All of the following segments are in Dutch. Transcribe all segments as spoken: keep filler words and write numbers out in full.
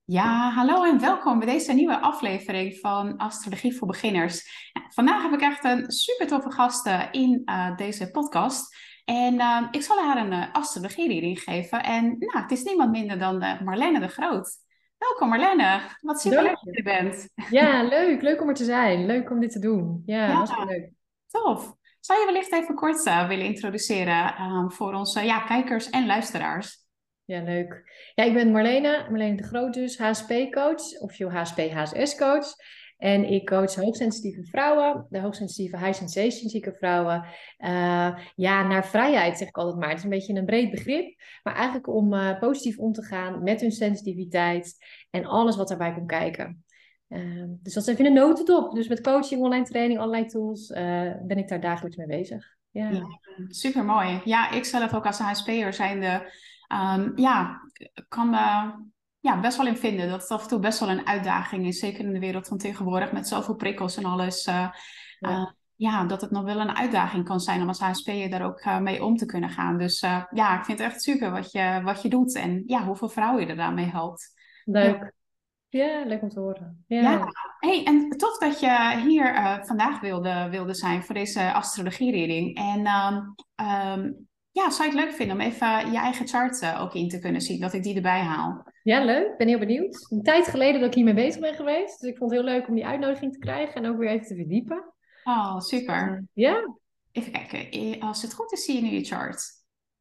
Ja, hallo en welkom bij deze nieuwe aflevering van Astrologie voor Beginners. Nou, vandaag heb ik echt een super toffe gast eh, in eh, deze podcast. En eh, ik zal haar een uh, astrologie-reading geven. En nou, het is niemand minder dan uh, Marlene de Groot. Welkom Marlene, wat super leuk Dank dat je je. er bent. Ja, leuk. Leuk om er te zijn. Leuk om dit te doen. Ja, Ja, hartstikke leuk. tof. Zou je wellicht even kort eh, willen introduceren eh, voor onze ja, kijkers en luisteraars? Ja, leuk. Ja, ik ben Marlene, Marlene de Groot dus, H S P-coach, of H S P, H S S-coach. En ik coach hoogsensitieve vrouwen, de hoogsensitieve high sensation zieke vrouwen. Eh, ja, naar vrijheid zeg ik altijd maar. Het is een beetje een breed begrip, maar eigenlijk om eh, positief om te gaan met hun sensitiviteit en alles wat daarbij komt kijken. Eh, dus dat is even in een notendop. Dus met coaching, online training, allerlei tools eh, ben ik daar dagelijks mee bezig. Ja, Ja. super mooi. Ja, ik zelf ook als H S P'er zijnde, um, ja, kan me ja, best wel in vinden dat het af en toe best wel een uitdaging is. Zeker in de wereld van tegenwoordig met zoveel prikkels en alles. eh, eh, Ja. ja, dat het nog wel een uitdaging kan zijn om als H S P'er daar ook eh, mee om te kunnen gaan. Dus eh, ja, ik vind het echt super wat je, wat je doet en ja, hoeveel vrouwen je er daarmee helpt. Ja. Leuk. Ja, leuk om te horen. Ja, Ja. hey, en tof dat je hier eh, vandaag wilde, wilde zijn voor deze astrologie-reading. En ehm, ehm, ja, zou je het leuk vinden om even je eigen chart eh, ook in te kunnen zien, dat ik die erbij haal? Ja, leuk. Ik ben heel benieuwd. Een tijd geleden dat ik hiermee bezig ben geweest. Dus ik vond het heel leuk om die uitnodiging te krijgen en ook weer even te verdiepen. Oh, Dus, eh, super. ja, Even kijken. Eh, Als het goed is, zie je nu je chart.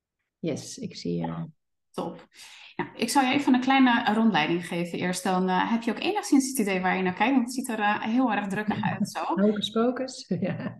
yes, ik zie je. Top. Nou, ik zal je even een kleine rondleiding geven eerst. Dan eh, heb je ook enigszins het idee waar je naar kijkt, want het ziet er eh, heel erg drukkig uit zo. Hocus pocus. Ja.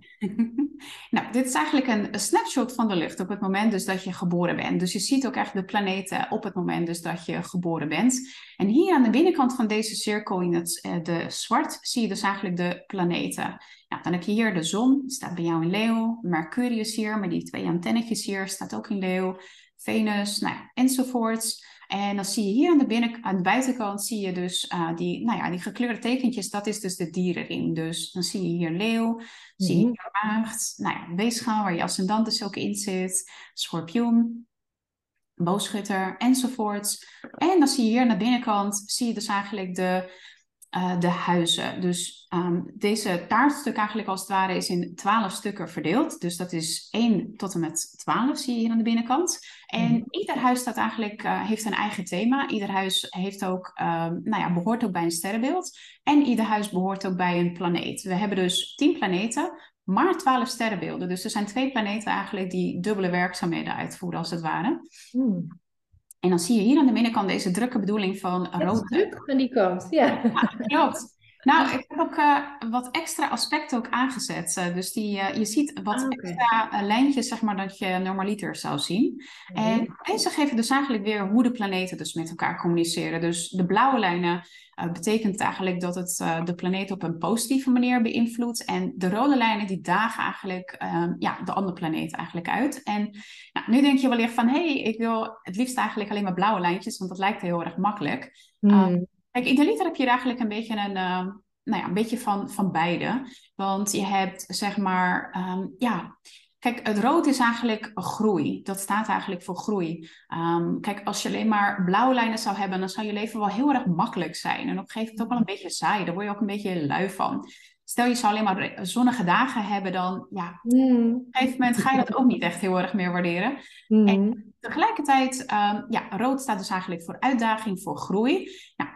Nou, dit is eigenlijk een, een snapshot van de lucht op het moment dus dat je geboren bent. Dus je ziet ook echt de planeten op het moment dus dat je geboren bent. En hier aan de binnenkant van deze cirkel in het uh, de zwart zie je dus eigenlijk de planeten. Nou, dan heb je hier de zon, die staat bij jou in Leeuw. Mercurius hier, met die twee antennetjes hier, staat ook in Leeuw. Venus, nou ja, enzovoorts. En dan zie je hier aan de, binnen, aan de buitenkant zie je dus uh, die, nou ja, die gekleurde tekentjes, dat is dus de dierenring. Dus dan zie je hier leeuw, zie je Mhm. hier maagd, nou ja, weegschaal waar je ascendant dus ook in zit, schorpioen, boogschutter enzovoorts. En dan zie je hier aan de binnenkant, zie je dus eigenlijk de, uh, de huizen. Dus um, deze taartstuk eigenlijk als het ware is in twaalf stukken verdeeld. Dus dat is één tot en met twaalf zie je hier aan de binnenkant. Mhm. En ieder huis staat eigenlijk, uh, heeft een eigen thema. Ieder huis heeft ook, um, nou ja, behoort ook bij een sterrenbeeld. En ieder huis behoort ook bij een planeet. We hebben dus tien planeten, maar twaalf sterrenbeelden. Dus er zijn twee planeten eigenlijk die dubbele werkzaamheden uitvoeren als het ware. Hmm. En dan zie je hier aan de binnenkant deze drukke bedoeling van Het is rood. druk aan die kant. Ja. Klopt. Nou, ik heb ook eh, wat extra aspecten ook aangezet. Eh, dus die, eh, je ziet wat Ah, oké. extra eh, lijntjes, zeg maar, dat je normaliter zou zien. Mhm. En deze geven dus eigenlijk weer hoe de planeten dus met elkaar communiceren. Dus de blauwe lijnen uh, betekent eigenlijk dat het uh, de planeet op een positieve manier beïnvloedt. En de rode lijnen die dagen eigenlijk uh, ja, de andere planeet eigenlijk uit. En nou, nu denk je wellicht van, hé, hey, ik wil het liefst eigenlijk alleen maar blauwe lijntjes, want dat lijkt heel erg makkelijk. Uh, Hmm. Kijk, in de liter heb je er eigenlijk een beetje een, uh, nou ja, een beetje van, van beide. Want je hebt, zeg maar, um, ja, kijk, het rood is eigenlijk groei. Dat staat eigenlijk voor groei. Um, kijk, als je alleen maar blauwe lijnen zou hebben, dan zou je leven wel heel erg makkelijk zijn. En op een gegeven moment ook wel een beetje saai. Daar word je ook een beetje lui van. Stel, je zou alleen maar zonnige dagen hebben, dan, ja, op Hmm. een gegeven moment ga je dat ook niet echt heel erg meer waarderen. En Hmm. tegelijkertijd, um, ja, rood staat dus eigenlijk voor uitdaging, voor groei. Nou,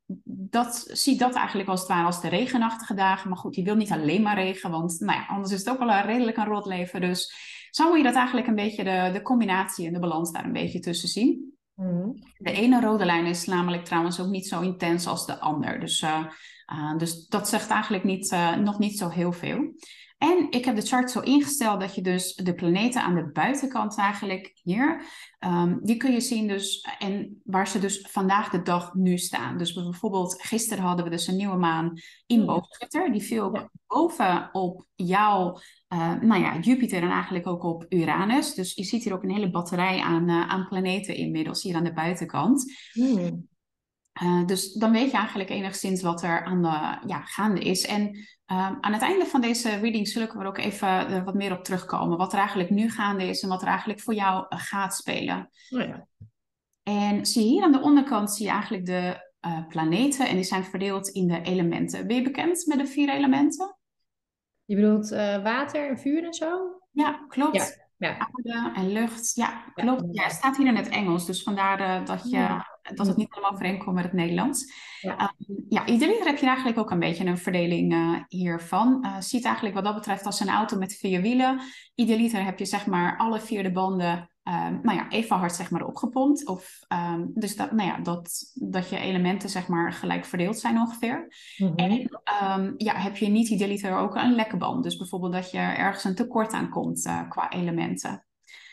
dat, zie dat eigenlijk als het ware als de regenachtige dagen. Maar goed, je wil niet alleen maar regen, want nou ja, anders is het ook wel een redelijk een rot leven. Dus zo moet je dat eigenlijk een beetje de, de combinatie en de balans daar een beetje tussen zien. Hmm. De ene rode lijn is namelijk trouwens ook niet zo intens als de ander. Dus, uh, uh, dus dat zegt eigenlijk niet, uh, nog niet zo heel veel. En ik heb de chart zo ingesteld dat je dus de planeten aan de buitenkant eigenlijk hier, um, die kun je zien dus, en waar ze dus vandaag de dag nu staan. Dus bijvoorbeeld gisteren hadden we dus een nieuwe maan in Hmm. Boogschutter. Die viel Ja. ook boven op jouw, uh, nou ja, Jupiter en eigenlijk ook op Uranus. Dus je ziet hier ook een hele batterij aan, uh, aan planeten inmiddels hier aan de buitenkant. Hmm. Uh, dus dan weet je eigenlijk enigszins wat er aan de, ja, gaande is. En um, aan het einde van deze reading zullen we er ook even uh, wat meer op terugkomen. Wat er eigenlijk nu gaande is en wat er eigenlijk voor jou uh, gaat spelen. Oh ja. En zie je hier aan de onderkant zie je eigenlijk de uh, planeten en die zijn verdeeld in de elementen. Ben je bekend met de vier elementen? Je bedoelt uh, water en vuur en zo? Ja, klopt. Ja. Ja. Aarde en lucht. Ja, Ja, klopt. Ja, het staat hier in het Engels, dus vandaar uh, dat, je, ja. dat het niet helemaal overeenkomt met het Nederlands. Ja. Um, ja, idealiter heb je eigenlijk ook een beetje een verdeling uh, hiervan. Uh, ziet eigenlijk wat dat betreft als een auto met vier wielen. Idealiter heb je zeg maar alle vier de banden um, nou ja, even hard zeg maar opgepompt. Of, um, dus dat, nou ja, dat, dat je elementen zeg maar gelijk verdeeld zijn ongeveer. Mm-hmm. En um, ja, heb je niet idealiter ook een lekke band. Dus bijvoorbeeld dat je ergens een tekort aan komt uh, qua elementen.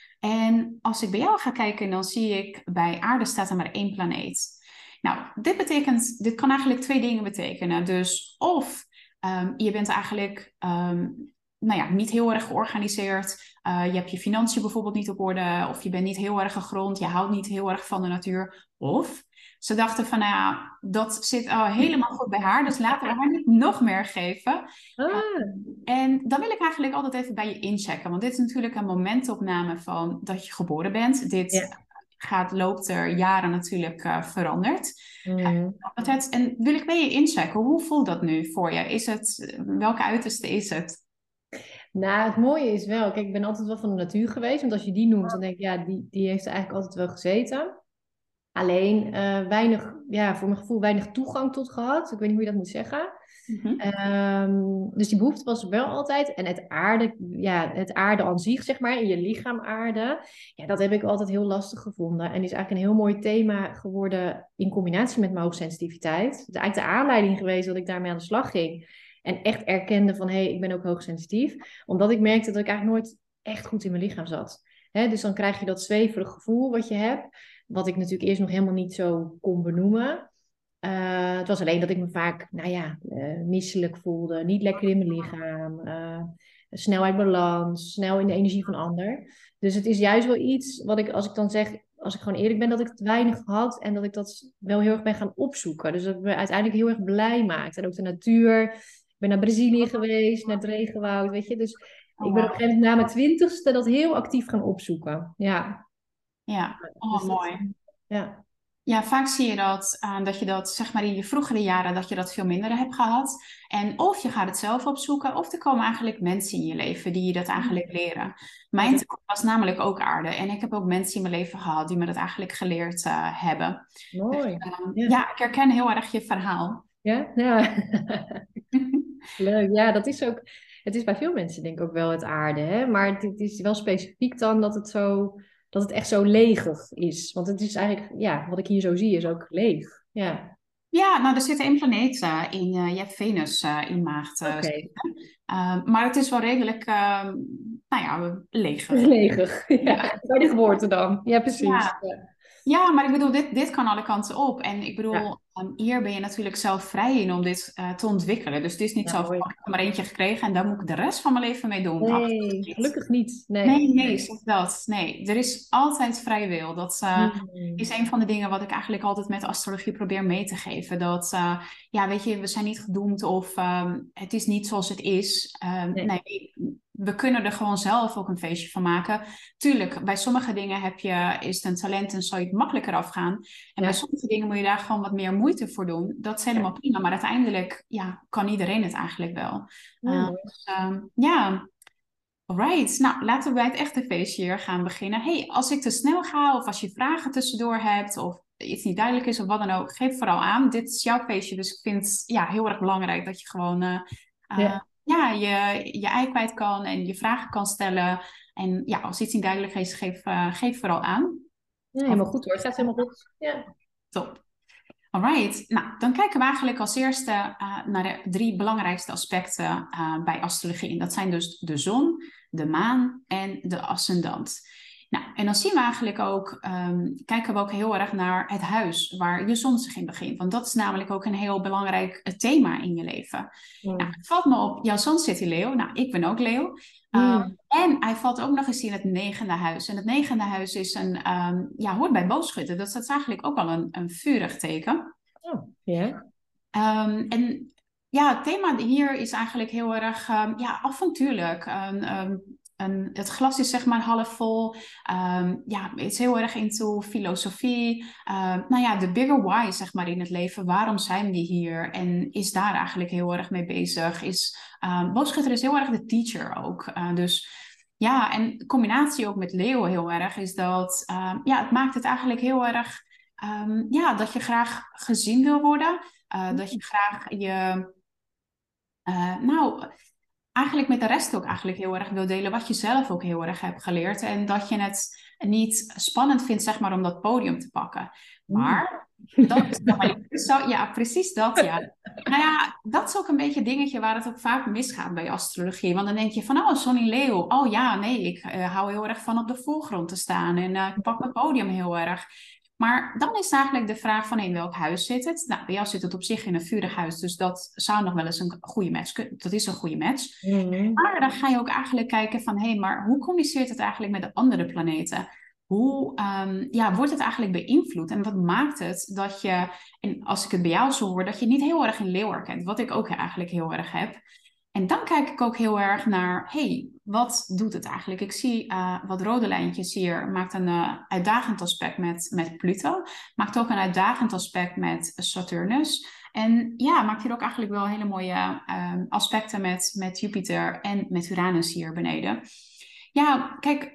En als ik bij jou ga kijken, dan zie ik bij aarde staat er maar één planeet. Nou, dit betekent, dit kan eigenlijk twee dingen betekenen. Dus of um, je bent eigenlijk um, nou ja, niet heel erg georganiseerd. Uh, je hebt je financiën bijvoorbeeld niet op orde. Of je bent niet heel erg gegrond. Je houdt niet heel erg van de natuur. Of ze dachten van, nou ja, dat zit uh, helemaal goed bij haar. Dus laten we haar niet nog meer geven. Ah. Uh, en dan wil ik eigenlijk altijd even bij je inchecken. Want dit is natuurlijk een momentopname van dat je geboren bent. Dit Ja. gaat, loopt er jaren natuurlijk uh, veranderd. Mm. Uh, en wil ik bij je inchecken, hoe voelt dat nu voor je? Is het, welke uiterste is het? Nou, het mooie is wel, kijk, ik ben altijd wel van de natuur geweest. Want als je die noemt, dan denk ik, ja, die, die heeft er eigenlijk altijd wel gezeten. Alleen uh, weinig, ja, voor mijn gevoel weinig toegang tot gehad. Ik weet niet hoe je dat moet zeggen. Mm-hmm. Um, dus die behoefte was er wel altijd. En het aarde, ja, het aarde aan zich, zeg maar, in je lichaam aarde. Ja, dat heb ik altijd heel lastig gevonden. En is eigenlijk een heel mooi thema geworden in combinatie met mijn hoogsensitiviteit. Het is eigenlijk de aanleiding geweest dat ik daarmee aan de slag ging. En echt erkende van, hé, hey, ik ben ook hoogsensitief. Omdat ik merkte dat ik eigenlijk nooit echt goed in mijn lichaam zat. Hè, dus dan krijg je dat zweverig gevoel wat je hebt. Wat ik natuurlijk eerst nog helemaal niet zo kon benoemen. Uh, het was alleen dat ik me vaak, nou ja, uh, misselijk voelde. Niet lekker in mijn lichaam. Uh, snel uit balans. Snel in de energie van ander. Dus het is juist wel iets wat ik, als ik dan zeg, als ik gewoon eerlijk ben, dat ik het weinig had. En dat ik dat wel heel erg ben gaan opzoeken. Dus dat het me uiteindelijk heel erg blij maakt. En ook de natuur. Ik ben naar Brazilië geweest, naar het regenwoud, weet je. Dus ik ben op een gegeven moment na mijn twintigste dat heel actief gaan opzoeken. Ja. Ja, oh, dus mooi. Dat, ja. Ja, vaak zie je dat, uh, dat je dat, zeg maar in je vroegere jaren, dat je dat veel minder hebt gehad. En of je gaat het zelf opzoeken, of er komen eigenlijk mensen in je leven die je dat eigenlijk leren. Mijn ja. toekomst was namelijk ook aarde. En ik heb ook mensen in mijn leven gehad die me dat eigenlijk geleerd uh, hebben. Mooi. Dus, uh, ja. ja, ik herken heel erg je verhaal. Ja, ja. Leuk. Ja, dat is ook, het is bij veel mensen denk ik ook wel het aarde. Hè? Maar het is wel specifiek dan dat het zo... dat het echt zo leegig is. Want het is eigenlijk, ja, wat ik hier zo zie, is ook leeg. Ja, ja nou, er zit één planeet uh, in. Uh, je hebt Venus uh, in maagd. Uh, okay. uh, maar het is wel redelijk, uh, nou ja, leegig. Leegig, ja. ja. Bij de geboorte dan. Ja, precies. Ja. Ja. Ja, maar ik bedoel, dit, dit kan alle kanten op. En ik bedoel, ja. um, hier ben je natuurlijk zelf vrij in om dit uh, te ontwikkelen. Dus het is niet ja, zo van, ik heb er maar eentje gekregen en daar moet ik de rest van mijn leven mee doen. Nee, niet. Gelukkig niet. Nee, nee, nee, zeg dat. Nee, er is altijd vrije wil. Dat uh, hmm. is een van de dingen wat ik eigenlijk altijd met astrologie probeer mee te geven. Dat, uh, ja, weet je, we zijn niet gedoemd of um, het is niet zoals het is. Um, nee. nee We kunnen er gewoon zelf ook een feestje van maken. Tuurlijk, bij sommige dingen heb je, is het een talent en zal je het makkelijker afgaan. En ja. bij sommige dingen moet je daar gewoon wat meer moeite voor doen. Dat is helemaal ja. prima. Maar uiteindelijk ja, kan iedereen het eigenlijk wel. Ja, uh, dus, um, ja. Alright. Nou, laten we bij het echte feestje hier gaan beginnen. Hey, als ik te snel ga of als je vragen tussendoor hebt of iets niet duidelijk is of wat dan ook, geef vooral aan. Dit is jouw feestje, dus ik vind het ja, heel erg belangrijk dat je gewoon... Uh, uh, ja. Ja, je, je ei kwijt kan en je vragen kan stellen. En ja, als iets niet duidelijk is, geef, uh, geef vooral aan. Ja, helemaal goed hoor. Het gaat helemaal goed. Ja. Top. Alright. Nou, dan kijken we eigenlijk als eerste uh, naar de drie belangrijkste aspecten uh, bij astrologie. En dat zijn dus de zon, de maan en de ascendant. Nou, en dan zien we eigenlijk ook, um, kijken we ook heel erg naar het huis waar je zon zich in begint. Want dat is namelijk ook een heel belangrijk uh, thema in je leven. Mm. Nou, het valt me op, jouw zon zit in Leeuw. Nou, ik ben ook Leeuw. Um, mm. En hij valt ook nog eens in het negende huis. En het negende huis is een, um, ja, hoort bij boogschutter. Dat is eigenlijk ook al een, een vurig teken. Oh, ja. Um, en ja, het thema hier is eigenlijk heel erg um, ja, avontuurlijk. Um, um, een, het glas is zeg maar half vol. Um, ja, is heel erg into filosofie. Uh, nou ja, de bigger why zeg maar in het leven. Waarom zijn we hier? En is daar eigenlijk heel erg mee bezig. Is, uh, boogschutter is heel erg de teacher ook. Uh, dus ja, en combinatie ook met Leo heel erg is dat... Uh, ja, het maakt het eigenlijk heel erg... Um, ja, dat je graag gezien wil worden. Uh, dat je graag je... Uh, nou, eigenlijk met de rest ook eigenlijk heel erg wil delen wat je zelf ook heel erg hebt geleerd. En dat je het niet spannend vindt, zeg maar, om dat podium te pakken. Maar dat is nog maar zo, ja, precies dat, ja. Nou ja, dat is ook een beetje een dingetje waar het ook vaak misgaat bij astrologie. Want dan denk je van, oh, Zon in Leeuw. Oh ja, nee, ik uh, hou heel erg van op de voorgrond te staan. En uh, ik pak mijn podium heel erg. Maar dan is eigenlijk de vraag van in welk huis zit het? Nou, bij jou zit het op zich in een vurig huis, dus dat zou nog wel eens een goede match kunnen. Dat is een goede match. Mm-hmm. Maar dan ga je ook eigenlijk kijken van, hé, hey, maar hoe communiceert het eigenlijk met de andere planeten? Hoe um, ja, wordt het eigenlijk beïnvloed? En wat maakt het dat je, en als ik het bij jou zo hoor, dat je niet heel erg in Leeuw herkent, wat ik ook eigenlijk heel erg heb. En dan kijk ik ook heel erg naar, hey, wat doet het eigenlijk? Ik zie uh, wat rode lijntjes hier. Maakt een uh, uitdagend aspect met, met Pluto. Maakt ook een uitdagend aspect met Saturnus. En ja, maakt hier ook eigenlijk wel hele mooie uh, aspecten met, met Jupiter en met Uranus hier beneden. Ja, kijk...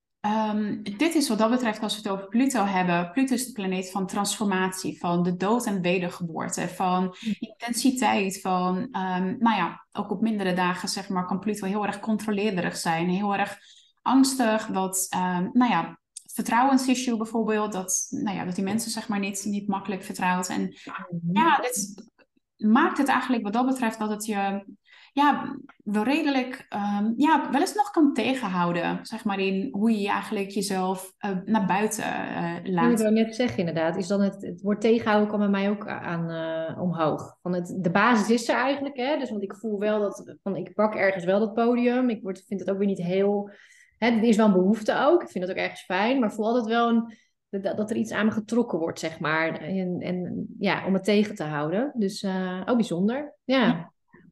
Um, dit is wat dat betreft, als we het over Pluto hebben. Pluto is de planeet van transformatie, van de dood en wedergeboorte, van intensiteit, van, um, nou ja, ook op mindere dagen, zeg maar, kan Pluto heel erg controleerderig zijn, heel erg angstig, wat, um, nou ja, vertrouwensissue bijvoorbeeld, dat, nou ja, dat die mensen, zeg maar, niet, niet makkelijk vertrouwt. En ja, dit maakt het eigenlijk wat dat betreft dat het je... ja, wel redelijk, um, ja, wel eens nog kan tegenhouden, zeg maar, in hoe je eigenlijk jezelf uh, naar buiten uh, laat. Ik wil net zeggen, inderdaad, is dan het, het woord tegenhouden kwam bij mij ook aan uh, omhoog. Van het, de basis is er eigenlijk, hè, dus want ik voel wel dat, van ik pak ergens wel dat podium, ik word, vind het ook weer niet heel, hè, er is wel een behoefte ook, ik vind het ook ergens fijn, maar voel altijd wel een, dat, dat er iets aan me getrokken wordt, zeg maar, en, en ja, om het tegen te houden. Dus uh, ook bijzonder, ja. ja.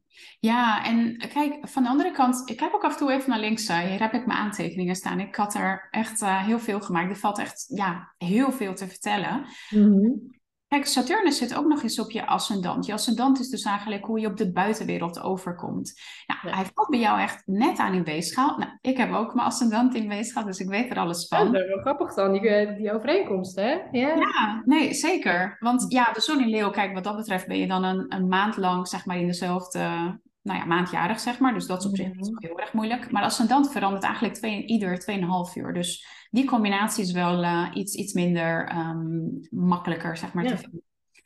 Ja, en kijk, van de andere kant, ik kijk ook af en toe even naar links. Hier heb ik mijn aantekeningen staan. Ik had er echt uh, heel veel gemaakt. Er valt echt ja, heel veel te vertellen. Mm-hmm. Kijk, Saturnus zit ook nog eens op je ascendant. Je ascendant is dus eigenlijk hoe je op de buitenwereld overkomt. Nou, ja. Hij valt bij jou echt net aan in weegschaal. Nou, ik heb ook mijn ascendant in weegschaal, dus ik weet er alles van. Ja, dat is wel grappig dan, die, die overeenkomst, hè? Ja. ja, nee, zeker. Want ja, de zon in Leeuw, kijk, wat dat betreft ben je dan een, een maand lang, zeg maar, in dezelfde... nou ja, maandjarig, zeg maar. Dus dat is op zich niet zo heel erg moeilijk. Maar de ascendant verandert eigenlijk twee, ieder tweeënhalf uur. Dus die combinatie is wel uh, iets, iets minder um, makkelijker, zeg maar, ja. te vinden.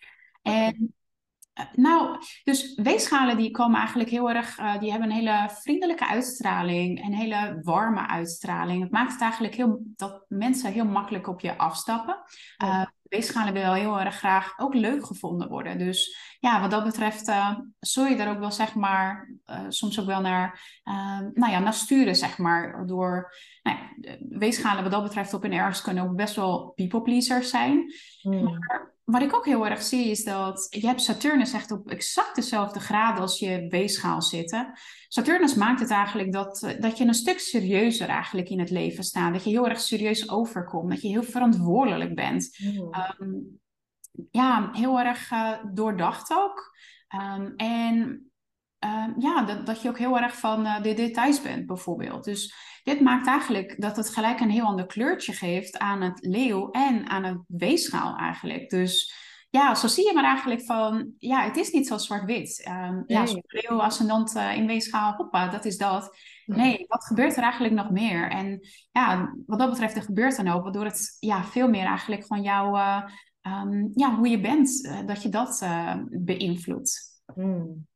En uh, nou, dus weegschalen die komen eigenlijk heel erg... Uh, die hebben een hele vriendelijke uitstraling. Een hele warme uitstraling. Het maakt het eigenlijk heel... dat mensen heel makkelijk op je afstappen. Uh, Weegschalen willen heel erg graag ook leuk gevonden worden. Dus ja, wat dat betreft uh, zul je daar ook wel, zeg maar, uh, soms ook wel naar, uh, nou ja, naar sturen, zeg maar. Door, nou ja, weegschalen wat dat betreft op hun ergens kunnen ook best wel people pleasers zijn. Mm. Maar wat ik ook heel erg zie is dat je hebt Saturnus echt op exact dezelfde graden als je weegschaal zitten. Saturnus maakt het eigenlijk dat, dat je een stuk serieuzer eigenlijk in het leven staat. Dat je heel erg serieus overkomt. Dat je heel verantwoordelijk bent. Mm. Um, ja, heel erg uh, doordacht ook. Um, en uh, ja, dat, dat je ook heel erg van uh, de details bent bijvoorbeeld. Dus dit maakt eigenlijk dat het gelijk een heel ander kleurtje geeft aan het leeuw en aan het weegschaal eigenlijk. Dus ja, zo zie je maar eigenlijk van, ja, het is niet zo zwart-wit. Um, nee. Ja, leeuw, ascendant uh, in weegschaal, hoppa, dat is dat. Nee, wat gebeurt er eigenlijk nog meer? En ja, wat dat betreft, er gebeurt dan ook, waardoor het ja, veel meer eigenlijk van jou, uh, um, ja, hoe je bent, uh, dat je dat uh, beïnvloedt. Mm.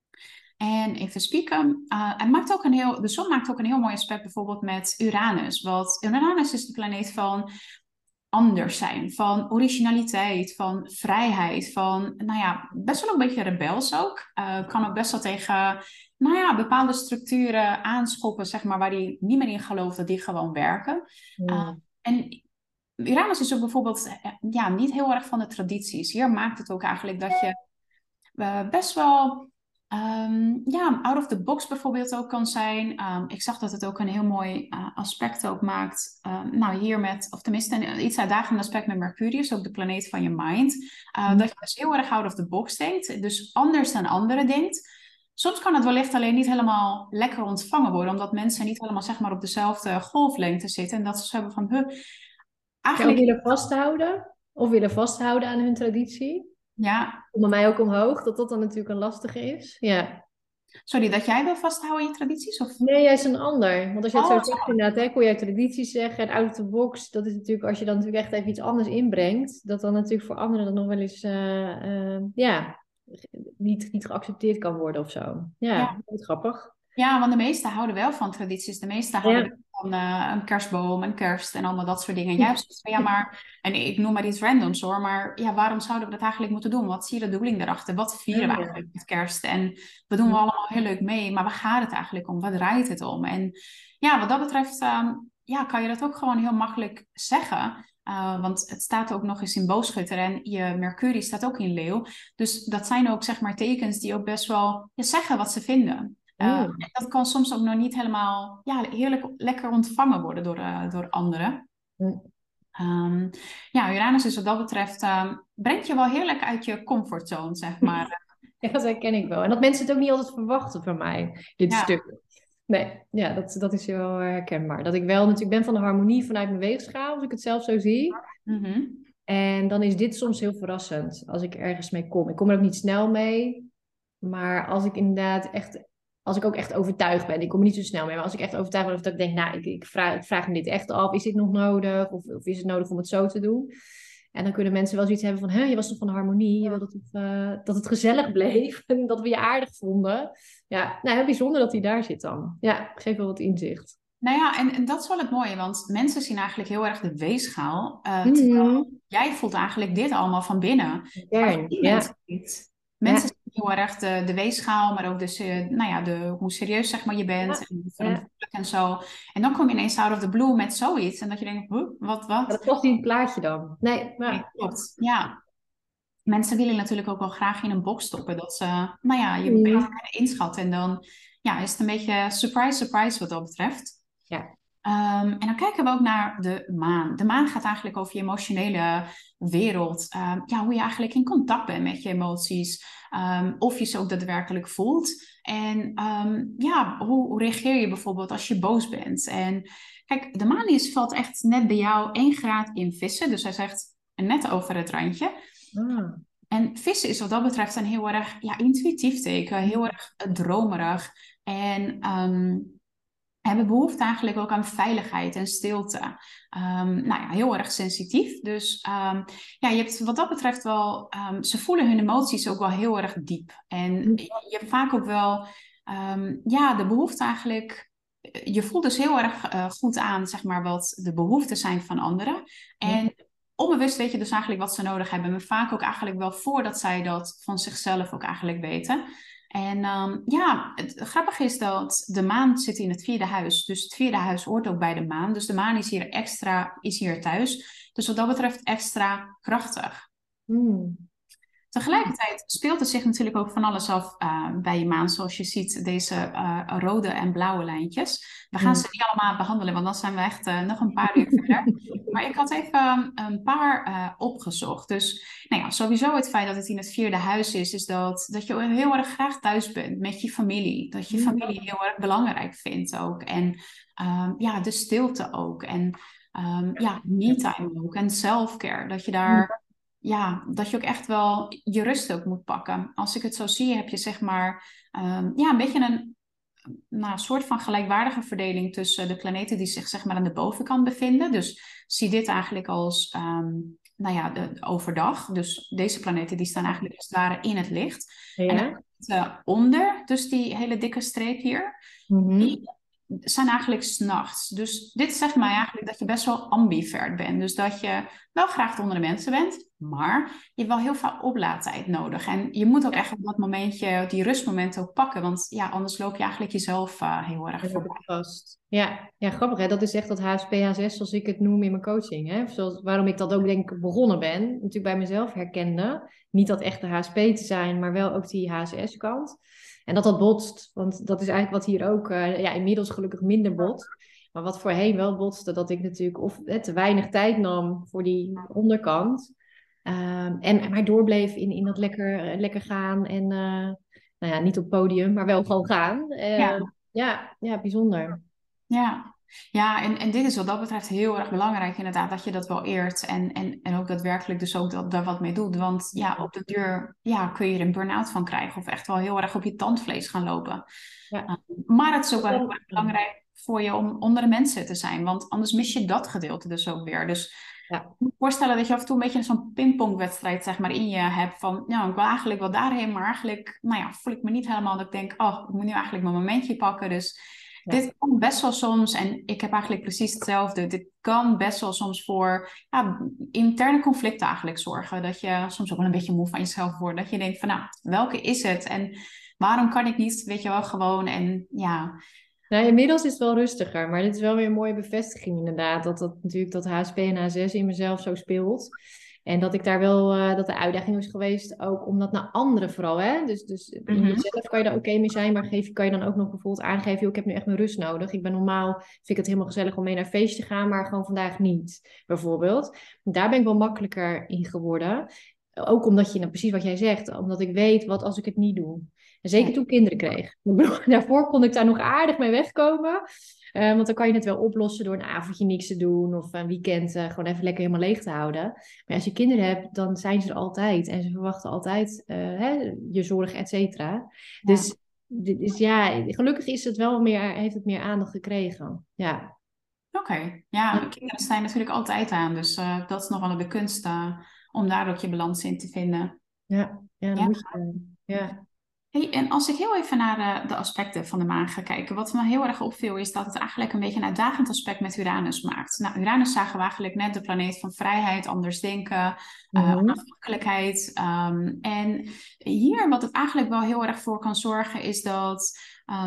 En even spieken. Uh, hij maakt ook een heel, de zon maakt ook een heel mooi aspect bijvoorbeeld met Uranus. Want Uranus is de planeet van anders zijn, van originaliteit, van vrijheid, van, nou ja, best wel een beetje rebels ook. Uh, kan ook best wel tegen, nou ja, bepaalde structuren aanschoppen, zeg maar, waar hij niet meer in gelooft dat die gewoon werken. Mm. Uh, en Uranus is ook bijvoorbeeld, ja, niet heel erg van de tradities. Hier maakt het ook eigenlijk dat je uh, best wel... Um, ja, out of the box bijvoorbeeld ook kan zijn. Um, ik zag dat het ook een heel mooi uh, aspect ook maakt. Um, nou, hier met, of tenminste een iets uitdagend aspect met Mercurius, ook de planeet van je mind. Uh, Mhm. dat je dus heel erg out of the box denkt, dus anders dan anderen denkt. Soms kan het wellicht alleen niet helemaal lekker ontvangen worden, omdat mensen niet helemaal zeg maar op dezelfde golflengte zitten. En dat ze hebben van, huh, Ja, of eigenlijk, willen vasthouden. Of willen vasthouden aan hun traditie. ja, Onder mij ook omhoog, dat dat dan natuurlijk een lastige is. Ja. sorry, dat jij wil vasthouden aan je tradities? Of? Nee, juist een ander. Want als je het Oh, zo zegt inderdaad, hè, kon jij tradities zeggen en out of the box, dat is natuurlijk, als je dan natuurlijk echt even iets anders inbrengt, dat dan natuurlijk voor anderen dan nog wel eens, eh, eh, ja, niet, niet geaccepteerd kan worden of zo. Ja, ja. wat grappig. Ja, want de meesten houden wel van tradities. De meesten houden Ja. wel van uh, een kerstboom, een kerst en allemaal dat soort dingen. Jij hebt zoiets van, ja, maar, en ik noem maar iets randoms hoor, maar ja, waarom zouden we dat eigenlijk moeten doen? Wat zie je de bedoeling daarachter? Wat vieren we Ah, ja. eigenlijk met kerst? En we doen we allemaal heel leuk mee, maar waar gaat het eigenlijk om? Waar draait het om? En ja, wat dat betreft, um, ja, kan je dat ook gewoon heel makkelijk zeggen. Uh, want het staat ook nog eens in boogschutter en je Mercurie staat ook in leeuw. Dus dat zijn ook zeg maar tekens die ook best wel ja, zeggen wat ze vinden. Uh, Mm. en dat kan soms ook nog niet helemaal ja, heerlijk lekker ontvangen worden door, uh, door anderen. Mm. Um, ja, Uranus is wat dat betreft, um, brengt je wel heerlijk uit je comfortzone, zeg maar. Ja, dat herken ik wel. En dat mensen het ook niet altijd verwachten van mij, dit Ja. stuk. Nee, ja, dat, dat is wel herkenbaar. Dat ik wel natuurlijk ben van de harmonie vanuit mijn weegschaal, als ik het zelf zo zie. Mm-hmm. En dan is dit soms heel verrassend als ik ergens mee kom. Ik kom er ook niet snel mee, maar als ik inderdaad echt, als ik ook echt overtuigd ben, ik kom er niet zo snel mee, maar als ik echt overtuigd ben of dat ik denk, nou, ik, ik, vraag, ik vraag me dit echt af, is dit nog nodig? Of, of is het nodig om het zo te doen? En dan kunnen mensen wel zoiets hebben van, hè, je was toch van de harmonie, je wilde toch uh, dat het gezellig bleef en dat we je aardig vonden. Ja, nou, heel bijzonder dat hij daar zit dan. Ja, geeft wel wat inzicht. Nou ja, en, en dat is wel het mooie, want mensen zien eigenlijk heel erg de weegschaal. Uh, terwijl Mm-hmm. jij voelt eigenlijk dit allemaal van binnen. Maar dat Kern, zien ja. mensen niet. Mensen Ja. zien heel erg de, de weegschaal, maar ook dus, uh, nou ja, de, hoe serieus zeg maar je bent Ja. en Ja. verantwoordelijk en zo. En dan kom je ineens out of the blue met zoiets en dat je denkt, huh, wat, Ja, wat? dat past niet in het plaatje dan. Nee, Nee, maar... klopt. Ja, mensen willen natuurlijk ook wel graag in een box stoppen, dat ze, nou ja, je beter Mm. kunnen inschatten. En dan ja, is het een beetje surprise, surprise wat dat betreft. Ja. Um, en dan kijken we ook naar de maan. De maan gaat eigenlijk over je emotionele wereld. Um, ja, hoe je eigenlijk in contact bent met je emoties. Um, of je ze ook daadwerkelijk voelt. En um, ja, hoe, hoe reageer je bijvoorbeeld als je boos bent? En kijk, de maan is, valt echt net bij jou één graad in vissen. Dus hij zegt net over het randje. Ah. En vissen is wat dat betreft een heel erg ja, intuïtief teken. Heel erg uh, dromerig. En... Um, hebben behoefte eigenlijk ook aan veiligheid en stilte. Um, nou ja, heel erg sensitief. Dus um, ja, je hebt wat dat betreft wel... Um, ze voelen hun emoties ook wel heel erg diep. En je hebt vaak ook wel... Um, ja, de behoefte eigenlijk... Je voelt dus heel erg uh, goed aan, zeg maar, wat de behoeften zijn van anderen. En onbewust weet je dus eigenlijk wat ze nodig hebben. Maar vaak ook eigenlijk wel voordat zij dat van zichzelf ook eigenlijk weten. En um, ja, het grappige is dat de maan zit in het vierde huis. Dus het vierde huis hoort ook bij de maan. Dus de maan is hier extra, is hier thuis. Dus wat dat betreft extra krachtig. Mm. Tegelijkertijd speelt er zich natuurlijk ook van alles af uh, bij je maan. Zoals je ziet, deze uh, rode en blauwe lijntjes. We gaan Mm. ze niet allemaal behandelen, want dan zijn we echt uh, nog een paar uur verder. Maar ik had even een paar uh, opgezocht. Dus nou ja, sowieso het feit dat het in het vierde huis is, is dat, dat je heel erg graag thuis bent met je familie. Dat je familie heel erg belangrijk vindt ook. En um, ja, de stilte ook. En um, ja, me-time ook. En self-care. Dat je daar... Ja, dat je ook echt wel je rust ook moet pakken. Als ik het zo zie, heb je zeg maar um, ja, een beetje een nou, soort van gelijkwaardige verdeling tussen de planeten die zich zeg maar aan de bovenkant bevinden. Dus zie dit eigenlijk als um, nou ja, de, overdag. Dus deze planeten die staan eigenlijk als het ware in het licht. Ja. En dan uh, onder, dus die hele dikke streep hier, Mm-hmm. die zijn eigenlijk 's nachts. Dus dit zegt mij eigenlijk dat je best wel ambivert bent. Dus dat je wel graag onder de mensen bent, maar je hebt wel heel veel oplaadtijd nodig. En je moet ook echt op dat momentje, die rustmoment ook pakken. Want ja, anders loop je eigenlijk jezelf uh, heel erg voorbij. Vast. Ja. Ja, grappig hè. Dat is echt dat H S P H S zoals ik het noem in mijn coaching. Hè? Zoals, waarom ik dat ook denk ik begonnen ben. Natuurlijk bij mezelf herkende. Niet dat echte H S P te zijn, maar wel ook die H S S kant. En dat dat botst, want dat is eigenlijk wat hier ook, uh, ja, inmiddels gelukkig minder botst. Maar wat voorheen wel botste, dat ik natuurlijk of eh, te weinig tijd nam voor die onderkant. Um, en maar doorbleef in, in dat lekker, lekker gaan en uh, nou ja, niet op het podium, maar wel gewoon gaan. Uh, Ja. ja, ja, bijzonder. Ja, ja en, en dit is wat dat betreft heel erg belangrijk inderdaad, dat je dat wel eert en, en, en ook daadwerkelijk dus ook dat, daar wat mee doet. Want ja, op de duur ja, kun je er een burn-out van krijgen of echt wel heel erg op je tandvlees gaan lopen. Ja. Uh, maar het is ook wel heel erg belangrijk voor je om onder de mensen te zijn, want anders mis je dat gedeelte dus ook weer. Dus ja. ik moet me voorstellen dat je af en toe een beetje zo'n pingpongwedstrijd zeg maar in je hebt van, nou, ik wil eigenlijk wel daarheen, maar eigenlijk, nou ja, voel ik me niet helemaal dat ik denk, oh, ik moet nu eigenlijk mijn momentje pakken, dus... Ja. Dit kan best wel soms, en ik heb eigenlijk precies hetzelfde, dit kan best wel soms voor ja, interne conflicten eigenlijk zorgen. Dat je soms ook wel een beetje moe van jezelf wordt. Dat je denkt van nou, welke is het? En waarom kan ik niet, weet je wel, gewoon en ja... Nou, inmiddels is het wel rustiger, maar dit is wel weer een mooie bevestiging inderdaad. Dat dat natuurlijk dat H S P en H zes in mezelf zo speelt. En dat ik daar wel, uh, dat de uitdaging is geweest ook om dat naar anderen vooral, hè. Dus, dus in Mhm. jezelf kan je daar oké mee zijn, maar geef, kan je dan ook nog bijvoorbeeld aangeven, joh, ik heb nu echt mijn rust nodig. Ik ben normaal, vind ik het helemaal gezellig om mee naar een feestje te gaan, maar gewoon vandaag niet, bijvoorbeeld. Daar ben ik wel makkelijker in geworden. Ook omdat je, nou, precies wat jij zegt, omdat ik weet wat als ik het niet doe. En zeker toen ik kinderen kreeg. Daarvoor kon ik daar nog aardig mee wegkomen. Uh, want dan kan je het wel oplossen door een avondje niks te doen. Of een weekend uh, gewoon even lekker helemaal leeg te houden. Maar als je kinderen hebt, dan zijn ze er altijd. En ze verwachten altijd uh, hè, je zorg, et cetera. Ja. Dus, dus ja, gelukkig is het wel meer, heeft het meer aandacht gekregen. Ja. Oké, okay. Ja, ja, kinderen staan natuurlijk altijd aan. Dus uh, dat is nog wel de kunst uh, om daar ook je balans in te vinden. Ja, ja, dan ja. moet je... Uh, ja. Hey, en als ik heel even naar de, de aspecten van de maan ga kijken, wat me heel erg opviel is dat het eigenlijk een beetje een uitdagend aspect met Uranus maakt. Nou, Uranus zagen we eigenlijk net de planeet van vrijheid, anders denken, uh, mm-hmm. onafhankelijkheid. Um, en hier wat het eigenlijk wel heel erg voor kan zorgen is dat...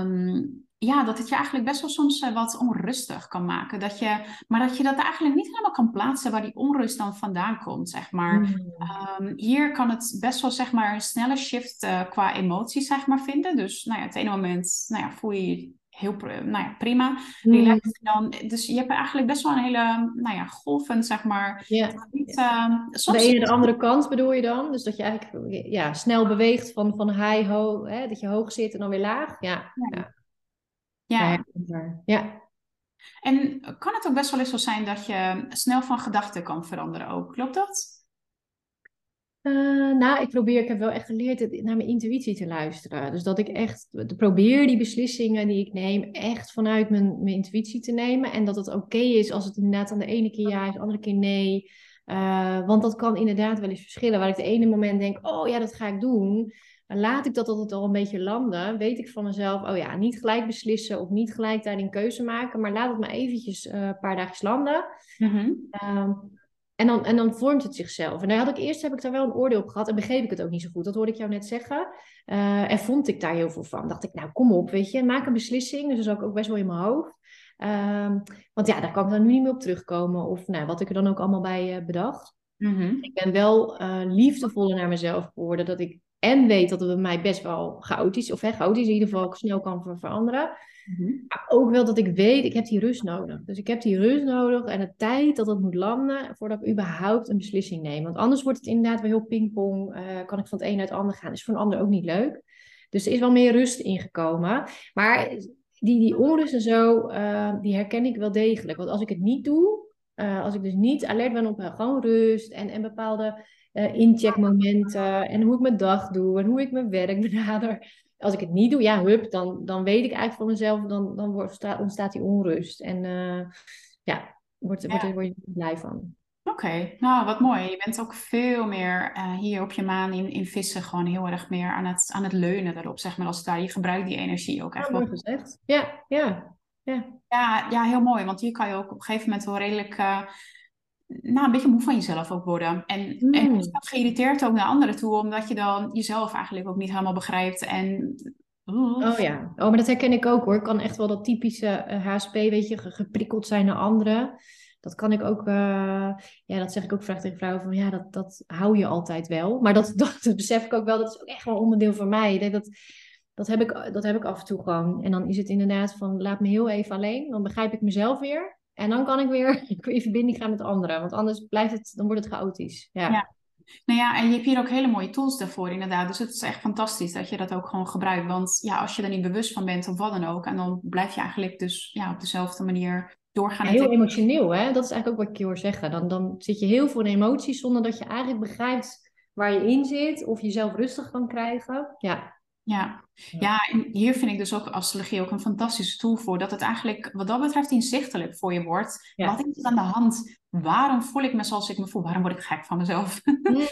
Um, ja, dat het je eigenlijk best wel soms uh, wat onrustig kan maken. Dat je, maar dat je dat eigenlijk niet helemaal kan plaatsen waar die onrust dan vandaan komt, zeg maar. Mm. Um, hier kan het best wel, zeg maar, een snelle shift uh, qua emoties, zeg maar, vinden. Dus, nou ja, het ene moment, nou ja, voel je je heel nou ja, prima, relaxed. Mm. Dan, dus je hebt eigenlijk best wel een hele, nou ja, golvend, zeg maar. Ja. Niet, uh, soms... De ene de andere kant bedoel je dan? Dus dat je eigenlijk ja, snel beweegt van, van high, hoog, hè, dat je hoog zit en dan weer laag. Ja, ja. ja. Ja. Ja. ja. En kan het ook best wel eens zo zijn dat je snel van gedachten kan veranderen ook? Klopt dat? Uh, nou, ik probeer, ik heb wel echt geleerd naar mijn intuïtie te luisteren. Dus dat ik echt probeer die beslissingen die ik neem echt vanuit mijn, mijn intuïtie te nemen. En dat het oké okay is als het inderdaad aan de ene keer ja is, de andere keer nee. Uh, want dat kan inderdaad wel eens verschillen. Waar ik de ene moment denk, oh ja, dat ga ik doen. Laat ik dat altijd al een beetje landen, weet ik van mezelf, oh ja, niet gelijk beslissen of niet gelijk daarin keuze maken, maar laat het maar eventjes uh, een paar dagen landen. Mm-hmm. Um, en, dan, en dan vormt het zichzelf. En daar had ik eerst heb ik daar wel een oordeel op gehad en begreep ik het ook niet zo goed. Dat hoorde ik jou net zeggen. Uh, en vond ik daar heel veel van. Dacht ik, nou kom op, weet je, maak een beslissing. Dus dat is ook, ook best wel in mijn hoofd. Um, want ja, daar kan ik dan nu niet meer op terugkomen. Of nou, wat ik er dan ook allemaal bij uh, bedacht. Mm-hmm. Ik ben wel uh, liefdevoller naar mezelf geworden. Dat ik en weet dat het bij mij best wel chaotisch, of hè, chaotisch in ieder geval snel kan ver- veranderen. Mm-hmm. Maar ook wel dat ik weet, ik heb die rust nodig. Dus ik heb die rust nodig en de tijd dat het moet landen voordat ik überhaupt een beslissing neem. Want anders wordt het inderdaad wel heel pingpong. Uh, kan ik van het een naar het ander gaan. Is voor een ander ook niet leuk. Dus er is wel meer rust ingekomen. Maar die, die onrust en zo, uh, die herken ik wel degelijk. Want als ik het niet doe, uh, als ik dus niet alert ben op uh, gewoon rust en, en bepaalde... Uh, incheckmomenten en hoe ik mijn dag doe en hoe ik mijn werk benader. Als ik het niet doe, ja, hup, dan, dan weet ik eigenlijk van mezelf, dan, dan wordt, ontstaat die onrust. En uh, ja, word, ja. Word, word je blij van. Oké, okay. Nou, wat mooi. Je bent ook veel meer uh, hier op je maan in, in vissen gewoon heel erg meer aan het, aan het leunen daarop, zeg maar, als het daar. Je gebruikt die energie ook echt ja, wel. mooi gezegd. Ja, ja, ja. Ja, ja, heel mooi, want hier kan je ook op een gegeven moment wel redelijk... Uh, nou, een beetje moe van jezelf ook worden. En, mm. en je staat geïrriteerd ook naar anderen toe, omdat je dan jezelf eigenlijk ook niet helemaal begrijpt. En... Uh. Oh ja, oh, maar dat herken ik ook hoor. Ik kan echt wel dat typische uh, H S P, weet je, geprikkeld zijn naar anderen. Dat kan ik ook, uh, ja, dat zeg ik ook vaak tegen vrouwen van, ja, dat, dat hou je altijd wel. Maar dat, dat, dat besef ik ook wel, dat is ook echt wel onderdeel van mij. Ik denk dat dat heb ik, dat heb ik af en toe gewoon. En dan is het inderdaad van, laat me heel even alleen. Dan begrijp ik mezelf weer. En dan kan ik weer in verbinding gaan met anderen. Want anders blijft het, dan wordt het chaotisch. Ja. Ja. Nou ja, en je hebt hier ook hele mooie tools daarvoor inderdaad. Dus het is echt fantastisch dat je dat ook gewoon gebruikt. Want ja, als je er niet bewust van bent of wat dan ook. En dan blijf je eigenlijk dus ja, op dezelfde manier doorgaan. En Heel denken, emotioneel, hè? Dat is eigenlijk ook wat ik je hoor zeggen. Dan, dan zit je heel veel in emoties zonder dat je eigenlijk begrijpt waar je in zit. Of jezelf rustig kan krijgen. Ja. ja. Ja. Ja, en hier vind ik dus ook astrologie ook een fantastische tool voor. Dat het eigenlijk wat dat betreft inzichtelijk voor je wordt. Wat Ja. is er aan de hand? Waarom voel ik me zoals ik me voel? Waarom word ik gek van mezelf?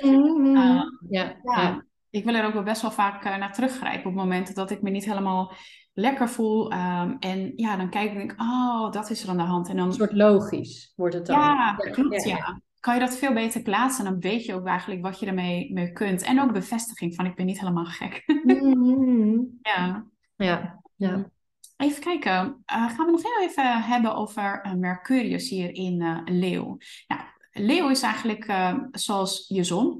Uh, Mhm. Ja, ja. ja, ik wil er ook wel best wel vaak uh, naar teruggrijpen op momenten dat ik me niet helemaal lekker voel. Um, en ja, dan kijk ik en denk, oh, dat is er aan de hand. En Een dan, soort logisch wordt het dan. ja, Ja, klopt, ja, ja. ja. Kan je dat veel beter plaatsen en dan weet je ook eigenlijk wat je ermee mee kunt. En ook bevestiging van ik ben niet helemaal gek. Mhm. Ja. Ja, ja. Even kijken, uh, gaan we nog heel even hebben over uh, Mercurius hier in uh, Leeuw. Nou, Leeuw is eigenlijk uh, zoals je zon.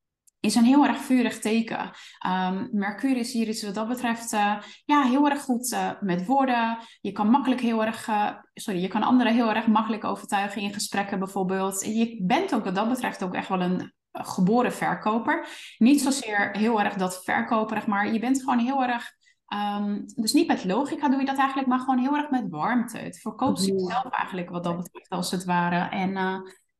Is een heel erg vurig teken. Um, Mercurius hier is wat dat betreft uh, ja, heel erg goed uh, met woorden. Je kan makkelijk heel erg, uh, sorry, je kan anderen heel erg makkelijk overtuigen in gesprekken bijvoorbeeld. Je bent ook wat dat betreft ook echt wel een uh, geboren verkoper. Niet zozeer heel erg dat verkoperig, maar je bent gewoon heel erg, um, dus niet met logica doe je dat eigenlijk, maar gewoon heel erg met warmte. Het verkoopt Gevoel. zichzelf eigenlijk wat dat betreft als het ware. En uh,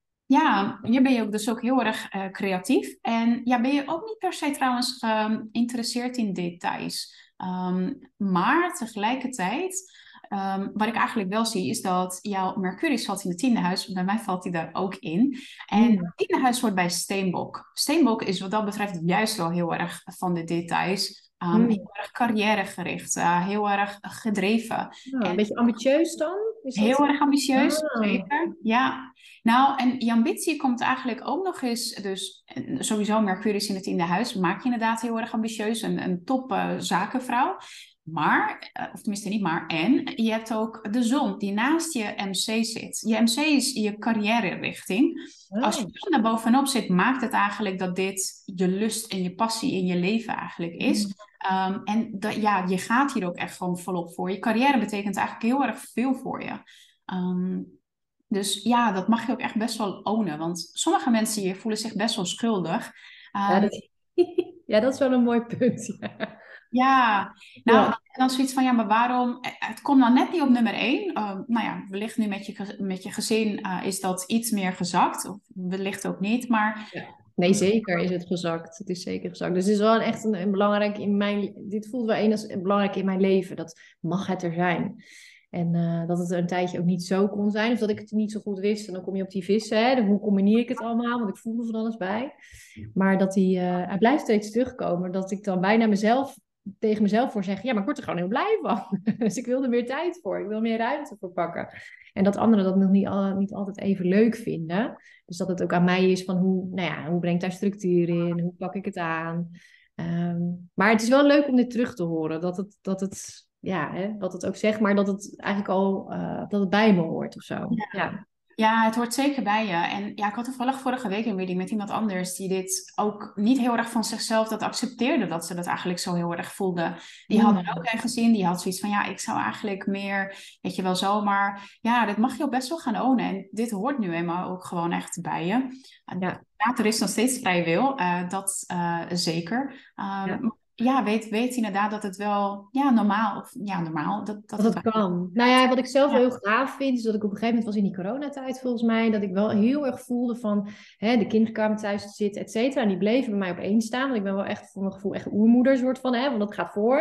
ja, hier ben je ook dus ook heel erg uh, creatief. En ja, ben je ook niet per se trouwens geïnteresseerd in details. Um, maar tegelijkertijd, um, wat ik eigenlijk wel zie, is dat jouw Mercurius valt in het tiende huis. Bij mij valt hij daar ook in. En Mm. het tiende huis wordt bij Steenbok. Steenbok is wat dat betreft juist wel heel erg van de details. Um, Mm. heel erg carrièregericht, uh, heel erg gedreven. Nou, een En beetje ambitieus dan? Is dat... heel erg ambitieus, Ah. zeker. Ja. Nou, en je ambitie komt eigenlijk ook nog eens, dus sowieso Mercurius in het tiende huis, maak je inderdaad heel erg ambitieus, een, een top uh, zakenvrouw. Maar, uh, of tenminste niet maar, en je hebt ook de zon die naast je M C zit. Je M C is je carrière-richting. Oh. Als je zon daar bovenop zit, maakt het eigenlijk dat dit je lust en je passie in je leven eigenlijk is. Mm. Um, en dat, ja, je gaat hier ook echt gewoon volop voor. Je carrière betekent eigenlijk heel erg veel voor je. Um, dus ja, dat mag je ook echt best wel ownen. Want sommige mensen hier voelen zich best wel schuldig. Um, Ja, dat... ja, dat is wel een mooi punt. Ja. Ja, nou, Ja. en dan zoiets van, ja, maar waarom? Het komt dan net niet op nummer één. Uh, nou ja, wellicht nu met je, met je gezin uh, is dat iets meer gezakt. Of wellicht ook niet, maar... Ja. Nee, zeker is het gezakt. Het is zeker gezakt. Dus het is wel echt een, een belangrijk in mijn... Dit voelt wel een als belangrijk in mijn leven. Dat mag het er zijn. En uh, dat het er een tijdje ook niet zo kon zijn. Of dat ik het niet zo goed wist. En dan kom je op die vissen. Hè? Hoe combineer ik het allemaal? Want ik voelde van alles bij. Maar dat die, uh, hij blijft steeds terugkomen. Dat ik dan bijna mezelf... tegen mezelf voor zeggen, ja, maar ik word er gewoon heel blij van. Dus ik wil er meer tijd voor. Ik wil meer ruimte voor pakken. En dat anderen dat nog niet, al, niet altijd even leuk vinden. Dus dat het ook aan mij is van hoe, nou ja, hoe breng ik daar structuur in? Hoe pak ik het aan? Um, maar het is wel leuk om dit terug te horen. Dat het, dat het ja, hè, wat het ook zegt, maar dat het eigenlijk al uh, dat het bij me hoort of zo. Ja. Ja. Ja, het hoort zeker bij je. En ja, ik had toevallig vorige week een meeting met iemand anders die dit ook niet heel erg van zichzelf dat accepteerde, dat ze dat eigenlijk zo heel erg voelde. Die Mm. hadden ook een gezin, die had zoiets van, ja, ik zou eigenlijk meer, weet je wel zo, maar ja, dit mag je ook best wel gaan ownen. En dit hoort nu eenmaal ook gewoon echt bij je. Ja. Ja, er is nog steeds vrije wil, uh, dat uh, zeker. Um, ja. Ja, weet, weet inderdaad dat het wel ja, normaal, of ja, normaal, dat, dat, dat het het kan. Nou ja, wat ik zelf ja. wel heel gaaf vind, is dat ik op een gegeven moment was in die coronatijd volgens mij, dat ik wel heel erg voelde van, hè, de kinderen kwamen thuis te zitten, et cetera. En die bleven bij mij op één staan, want ik ben wel echt voor mijn gevoel echt oermoeder soort van, hè, want dat gaat voor.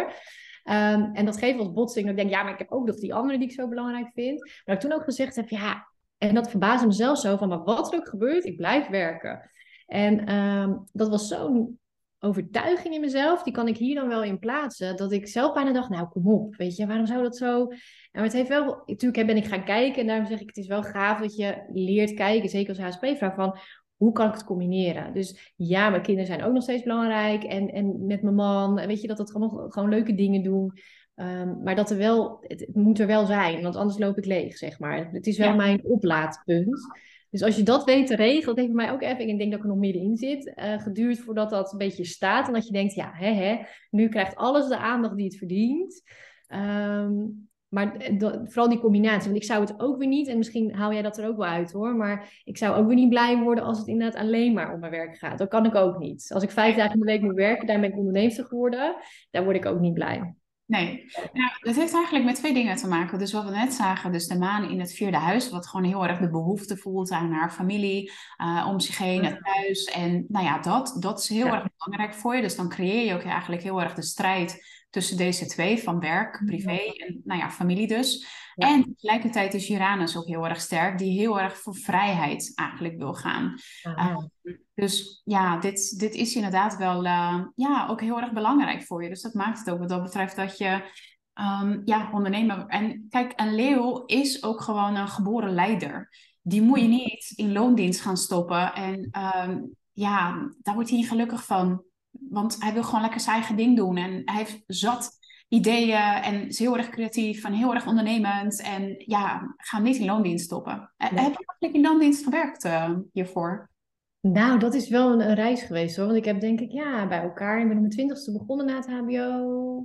Um, en dat geeft als botsing, dat ik denk, ja, maar ik heb ook nog die andere die ik zo belangrijk vind. Maar dat ik toen ook gezegd heb, ja, en dat verbaasde mezelf zo van, maar wat er ook gebeurt, ik blijf werken. En um, dat was zo'n overtuiging in mezelf, die kan ik hier dan wel in plaatsen, dat ik zelf bijna dacht, nou kom op, weet je, waarom zou dat zo? En het heeft wel, natuurlijk ben ik gaan kijken en daarom zeg ik, het is wel gaaf dat je leert kijken, zeker als H S P-vrouw, van hoe kan ik het combineren? Dus ja, mijn kinderen zijn ook nog steeds belangrijk en, en met mijn man, weet je, dat het gewoon, gewoon leuke dingen doen. Um, maar dat er wel, het, het moet er wel zijn, want anders loop ik leeg, zeg maar. Het is wel ja. mijn oplaadpunt. Dus als je dat weet te regelen, dat heeft bij mij ook even, ik denk dat ik er nog middenin zit, uh, geduurd voordat dat een beetje staat. En dat je denkt, ja, hè, hè, nu krijgt alles de aandacht die het verdient. Um, maar dat, vooral die combinatie, want ik zou het ook weer niet, en misschien haal jij dat er ook wel uit hoor, maar ik zou ook weer niet blij worden als het inderdaad alleen maar om mijn werk gaat. Dat kan ik ook niet. Als ik vijf dagen in de week moet werken, daar ben ik onderneemster geworden, daar word ik ook niet blij. Nee, nou, dat heeft eigenlijk met twee dingen te maken. Dus wat we net zagen, dus de maan in het vierde huis, wat gewoon heel erg de behoefte voelt aan haar familie, uh, om zich heen, het thuis. En nou ja, dat, dat is heel Ja. erg belangrijk voor je. Dus dan creëer je ook eigenlijk heel erg de strijd tussen deze twee, van werk, privé en nou ja, familie dus. Ja. En tegelijkertijd is Uranus ook heel erg sterk, die heel erg voor vrijheid eigenlijk wil gaan. Uh, dus ja, dit, dit is inderdaad wel uh, ja, ook heel erg belangrijk voor je. Dus dat maakt het ook wat dat betreft dat je um, ja, ondernemer... En kijk, een leeuw is ook gewoon een geboren leider. Die moet je niet in loondienst gaan stoppen. En um, ja, daar wordt hij niet gelukkig van. Want hij wil gewoon lekker zijn eigen ding doen. En hij heeft zat ideeën en is heel erg creatief en heel erg ondernemend. En ja, ga niet in loondienst stoppen. Nee. Heb je eigenlijk in loondienst gewerkt uh, hiervoor? Nou, dat is wel een, een reis geweest hoor. Want ik heb denk ik, ja, bij elkaar. Ik ben op mijn twintigste begonnen na het H B O.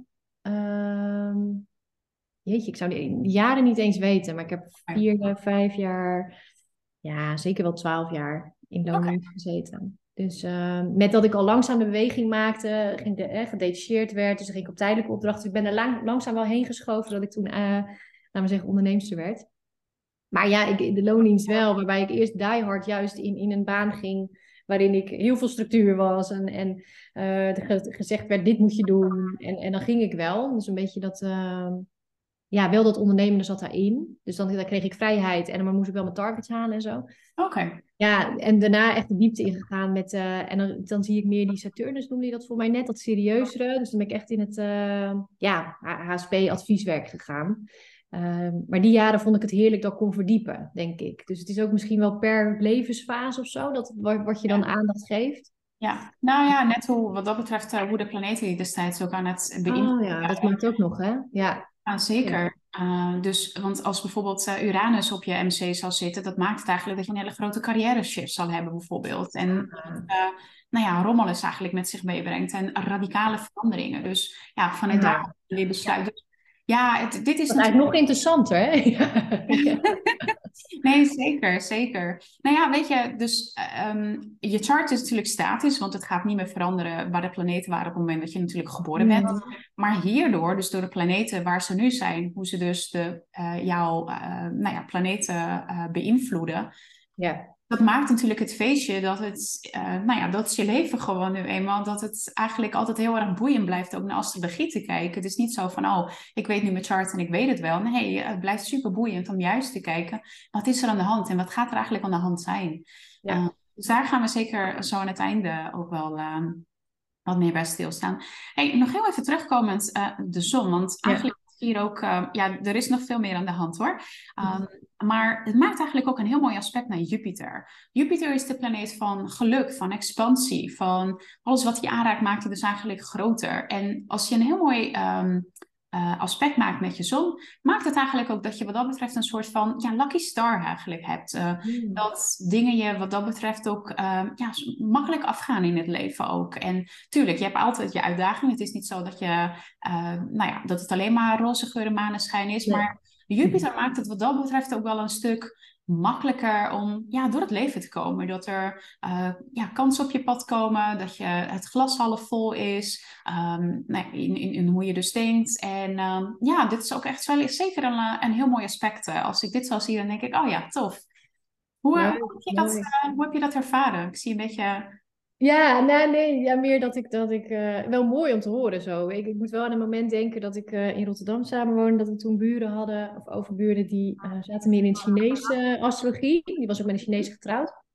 Um, jeetje, ik zou die, die jaren niet eens weten. Maar ik heb vier, vijf jaar, ja, zeker wel twaalf jaar in loondienst okay. gezeten. Dus uh, met dat ik al langzaam de beweging maakte, ging de, eh, gedetacheerd werd. Dus dan ging ik op tijdelijke opdrachten. Ik ben er lang, langzaam wel heen geschoven, dat ik toen, uh, laten we zeggen, onderneemster werd. Maar ja, ik, de loondienst wel, waarbij ik eerst diehard juist in, in een baan ging waarin ik heel veel structuur was en, en uh, gezegd werd, dit moet je doen. En, en dan ging ik wel. Dus een beetje dat, uh, ja, wel dat ondernemende zat daarin. Dus dan, dan kreeg ik vrijheid en dan moest ik wel mijn targets halen en zo. Oké. Okay. Ja, en daarna echt de diepte ingegaan met, uh, en dan, dan zie ik meer die Saturnus, noemde je dat voor mij net, dat serieuzere. Dus dan ben ik echt in het, uh, ja, H S P-advieswerk gegaan. Uh, maar die jaren vond ik het heerlijk dat ik kon verdiepen, denk ik. Dus het is ook misschien wel per levensfase of zo, dat, wat je dan ja. aandacht geeft. Ja, nou ja, net hoe, wat dat betreft, uh, hoe de planeten die destijds ook aan het beïnvloeden. Oh ja, dat maakt ook nog, hè? Ja, ja zeker. Ja. Uh, dus, want als bijvoorbeeld uh, Uranus op je M C zal zitten, dat maakt het eigenlijk dat je een hele grote carrière shift zal hebben, bijvoorbeeld. En uh, nou ja, rommel is eigenlijk met zich meebrengt en radicale veranderingen. Dus ja, vanuit ja. daar weer besluit. Dus, ja, het, dit is dat is nog interessanter, hè? Ja. Nee, zeker, zeker. Nou ja, weet je, dus um, je chart is natuurlijk statisch, want het gaat niet meer veranderen waar de planeten waren op het moment dat je natuurlijk geboren bent. Mm. Maar hierdoor, dus door de planeten waar ze nu zijn, hoe ze dus de, uh, jouw uh, nou ja, planeten uh, beïnvloeden. Ja. Dat maakt natuurlijk het feestje dat het, uh, nou ja, dat is je leven gewoon nu eenmaal, dat het eigenlijk altijd heel erg boeiend blijft ook naar astrologie te kijken. Het is niet zo van, oh, ik weet nu mijn chart en ik weet het wel. Nee, het blijft super boeiend om juist te kijken, wat is er aan de hand en wat gaat er eigenlijk aan de hand zijn? Ja. Uh, dus daar gaan we zeker zo aan het einde ook wel uh, wat meer bij stilstaan. Hey, nog heel even terugkomend, uh, de zon, want eigenlijk... Ja. Hier ook, uh, ja, er is nog veel meer aan de hand hoor. Um, maar het maakt eigenlijk ook een heel mooi aspect naar Jupiter. Jupiter is de planeet van geluk, van expansie, van alles wat je aanraakt maakt je dus eigenlijk groter. En als je een heel mooi um, uh, aspect maakt met je zon, maakt het eigenlijk ook dat je wat dat betreft een soort van ja, lucky star eigenlijk hebt. Uh, mm. Dat dingen je wat dat betreft ook uh, ja, makkelijk afgaan in het leven ook. En tuurlijk, je hebt altijd je uitdaging. Het is niet zo dat, je, uh, nou ja, dat het alleen maar roze geur en maneschijn is, nee. Maar Jupiter maakt het wat dat betreft ook wel een stuk makkelijker om ja, door het leven te komen. Dat er uh, ja, kansen op je pad komen, dat je, het glas half vol is, um, nou, in, in, in hoe je dus denkt. En um, ja, dit is ook echt wel zeker een, een heel mooi aspect. Als ik dit zo zie, dan denk ik, oh ja, tof. Hoe, ja, hoe, heb, je dat, uh, hoe heb je dat ervaren? Ik zie een beetje... Ja, nou, nee, ja, meer dat ik, dat ik uh, wel mooi om te horen zo. Ik, ik moet wel aan een moment denken dat ik uh, in Rotterdam samenwoonde, dat we toen buren hadden, of overburen, die uh, zaten meer in Chinese uh, astrologie. Die was ook met een Chinees getrouwd.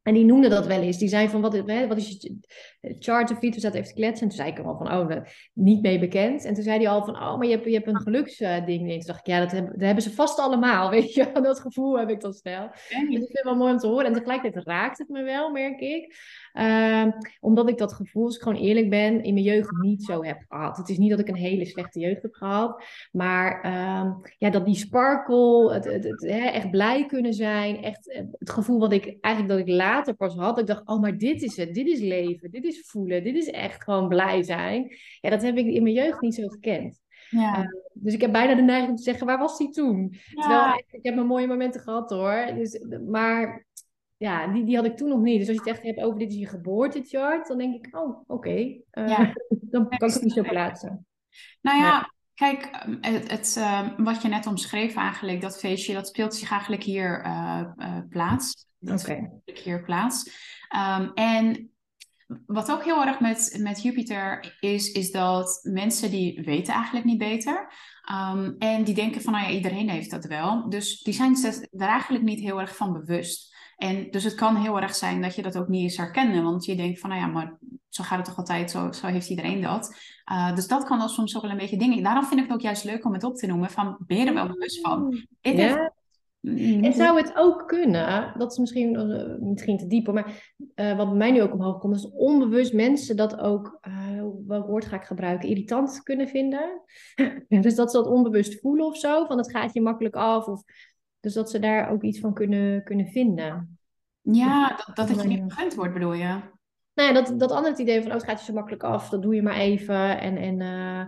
En die noemde dat wel eens. Die zei van, wat, hè, wat is je chart of feed? We zaten even te kletsen. En toen zei ik hem al van, oh, we- niet mee bekend. En toen zei hij al van, oh, maar je hebt, je hebt een geluksding. Uh, toen dacht ik, ja, dat, heb, dat hebben ze vast allemaal, weet je. Dat gevoel heb ik dan snel. Okay. Dus ik vind het wel mooi om te horen. En tegelijkertijd raakt het me wel, merk ik. Uh, omdat ik dat gevoel, als ik gewoon eerlijk ben, in mijn jeugd niet zo heb gehad. Het is niet dat ik een hele slechte jeugd heb gehad. Maar uh, ja, dat die sparkle, het, het, het, hè, echt blij kunnen zijn. Echt het gevoel wat ik eigenlijk dat ik later pas had. Ik dacht, oh, maar dit is het. Dit is leven. Dit is voelen. Dit is echt gewoon blij zijn. Ja, dat heb ik in mijn jeugd niet zo gekend. Ja. Uh, dus ik heb bijna de neiging om te zeggen, waar was die toen? Ja. Terwijl, ik heb mijn mooie momenten gehad hoor. Dus, maar ja, die, die had ik toen nog niet. Dus als je het echt hebt over dit is je geboortechart, dan denk ik, oh, oké. Okay. Uh, Ja. dan kan ik het niet zo plaatsen. Nou ja, nee. kijk, het, het, uh, wat je net omschreef eigenlijk, dat feestje, dat speelt zich eigenlijk hier uh, uh, plaats. Dat okay. vindt hier plaats. Um, en wat ook heel erg met, met Jupiter is, is dat mensen die weten eigenlijk niet beter. Um, en die denken van, nou ja, iedereen heeft dat wel. Dus die zijn er eigenlijk niet heel erg van bewust. En dus het kan heel erg zijn dat je dat ook niet eens herkende. Want je denkt van, nou ja, maar zo gaat het toch altijd, zo, zo heeft iedereen dat. Uh, dus dat kan dan soms ook wel een beetje dingen. Daarom vind ik het ook juist leuk om het op te noemen. Van, ben je er wel bewust van? Dit ja. heeft... En zou het ook kunnen, dat is misschien, uh, misschien te diep, maar uh, wat bij mij nu ook omhoog komt, is onbewust mensen dat ook, uh, welk woord ga ik gebruiken, irritant kunnen vinden. Dus dat ze dat onbewust voelen of zo, van het gaat je makkelijk af. Of, dus dat ze daar ook iets van kunnen, kunnen vinden. Ja, dat, dat het je niet gegund wordt, bedoel je? Nou ja, dat, dat andere het idee van, oh, het gaat je zo makkelijk af, dat doe je maar even. En, en uh,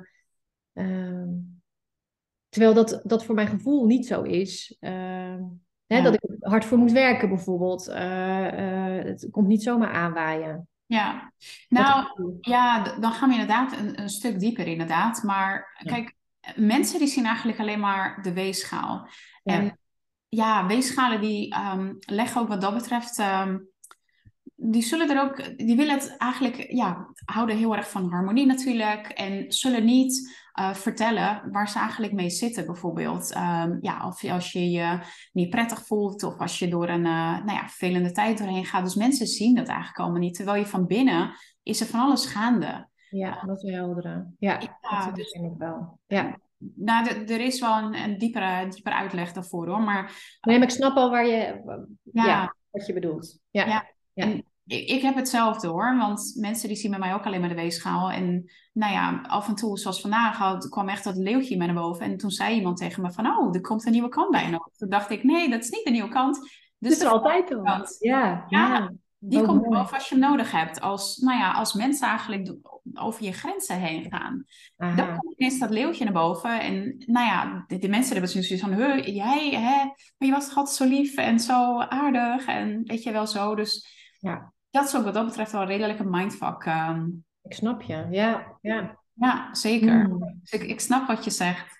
uh, terwijl dat, dat voor mijn gevoel niet zo is. Uh, hè, ja. Dat ik hard voor moet werken bijvoorbeeld. Uh, uh, het komt niet zomaar aanwaaien. Ja, nou ja, dan gaan we inderdaad een, een stuk dieper inderdaad. Maar ja. Kijk, mensen die zien eigenlijk alleen maar de weegschaal. Ja. En ja, weegschalen die um, leggen ook wat dat betreft... Um, die zullen er ook, die willen het eigenlijk, ja, houden heel erg van harmonie natuurlijk. En zullen niet uh, vertellen waar ze eigenlijk mee zitten, bijvoorbeeld. Um, ja, of als je je niet prettig voelt of als je door een uh, nou ja, vervelende tijd doorheen gaat. Dus mensen zien dat eigenlijk allemaal niet. Terwijl je van binnen is er van alles gaande. Ja, dat is helder. Ja, ja, dat dus, vind ik wel. Ja. Nou, d- er is wel een, een diepere, diepere uitleg daarvoor hoor. Maar, nee, maar ik snap al waar je, ja, ja wat je bedoelt. Ja. ja. ja. En, Ik, ik heb hetzelfde hoor, want mensen die zien bij mij ook alleen maar de weegschaal. En nou ja, af en toe, zoals vandaag, had, kwam echt dat leeuwtje naar boven. En toen zei iemand tegen me van, oh, er komt een nieuwe kant bij. En toen dacht ik, nee, dat is niet de nieuwe kant. Dus het is altijd al. Ja, ja, ja. Die komt boven als je hem nodig hebt. Als, nou ja, als mensen eigenlijk over je grenzen heen gaan. Aha. Dan komt ineens dat leeuwtje naar boven. En nou ja, de, de mensen hebben zoiets van, jij, hè, maar je was toch altijd zo lief en zo aardig. En weet je wel zo, dus... Ja. Dat is ook wat dat betreft wel een redelijke mindfuck. Um. Ik snap je, ja. Ja, ja zeker. Mm. Ik, ik snap wat je zegt.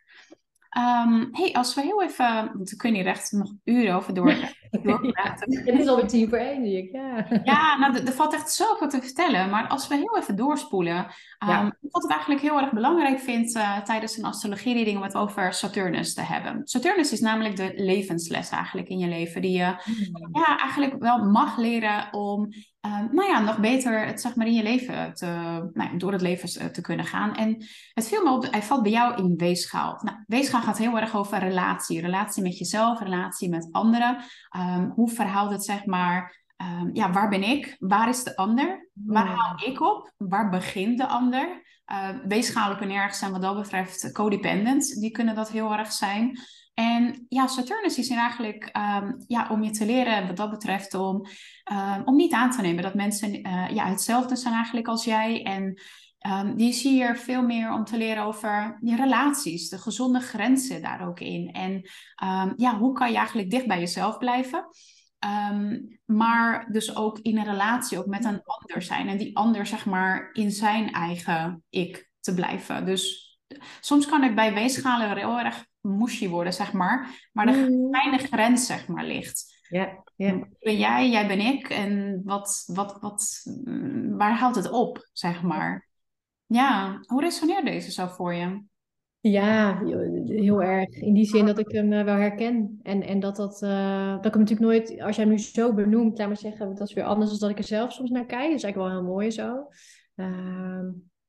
Um, hey, als we heel even... Want we kunnen hier echt nog uren over door, doorpraten. Ja, het is alweer tien voor één, zie ik. Ja, ja nou, er valt echt zoveel te vertellen. Maar als we heel even doorspoelen... Um, ja. Wat ik eigenlijk heel erg belangrijk vind... Uh, tijdens een astrologie-reading... om het over Saturnus te hebben. Saturnus is namelijk de levensles eigenlijk in je leven... die je mm. ja, eigenlijk wel mag leren om... Um, nou ja, nog beter het zeg maar in je leven te, nou, door het leven te kunnen gaan. En het viel me op, hij valt bij jou in weegschaal. Nou, weegschaal gaat heel erg over relatie. Relatie met jezelf, relatie met anderen. Um, hoe verhoudt het zeg maar, um, ja, waar ben ik? Waar is de ander? Waar haal ik op? Waar begint de ander? Uh, weegschalen kunnen erg zijn wat dat betreft codependent. Die kunnen dat heel erg zijn. En ja, Saturnus is hier eigenlijk um, ja, om je te leren wat dat betreft om, um, om niet aan te nemen dat mensen uh, ja, hetzelfde zijn eigenlijk als jij. En um, die is hier veel meer om te leren over je relaties, de gezonde grenzen daar ook in. En um, ja, hoe kan je eigenlijk dicht bij jezelf blijven? Um, maar dus ook in een relatie ook met een ander zijn. En die ander zeg maar in zijn eigen ik te blijven. Dus soms kan ik bij weegschalen heel erg mushy worden, zeg maar. Maar de mm. kleine grens, zeg maar, ligt. Ja, ja. Ben jij, jij ben ik. En wat, wat, wat, waar houdt het op, zeg maar? Ja, hoe resoneert deze zo voor je? Ja, heel erg. In die zin dat ik hem eh, wel herken. En, en dat, dat, eh, dat ik hem natuurlijk nooit, als jij hem nu zo benoemt, laat maar zeggen, dat is weer anders dan dat ik er zelf soms naar kijk. Dat is eigenlijk wel heel mooi zo. Ehm,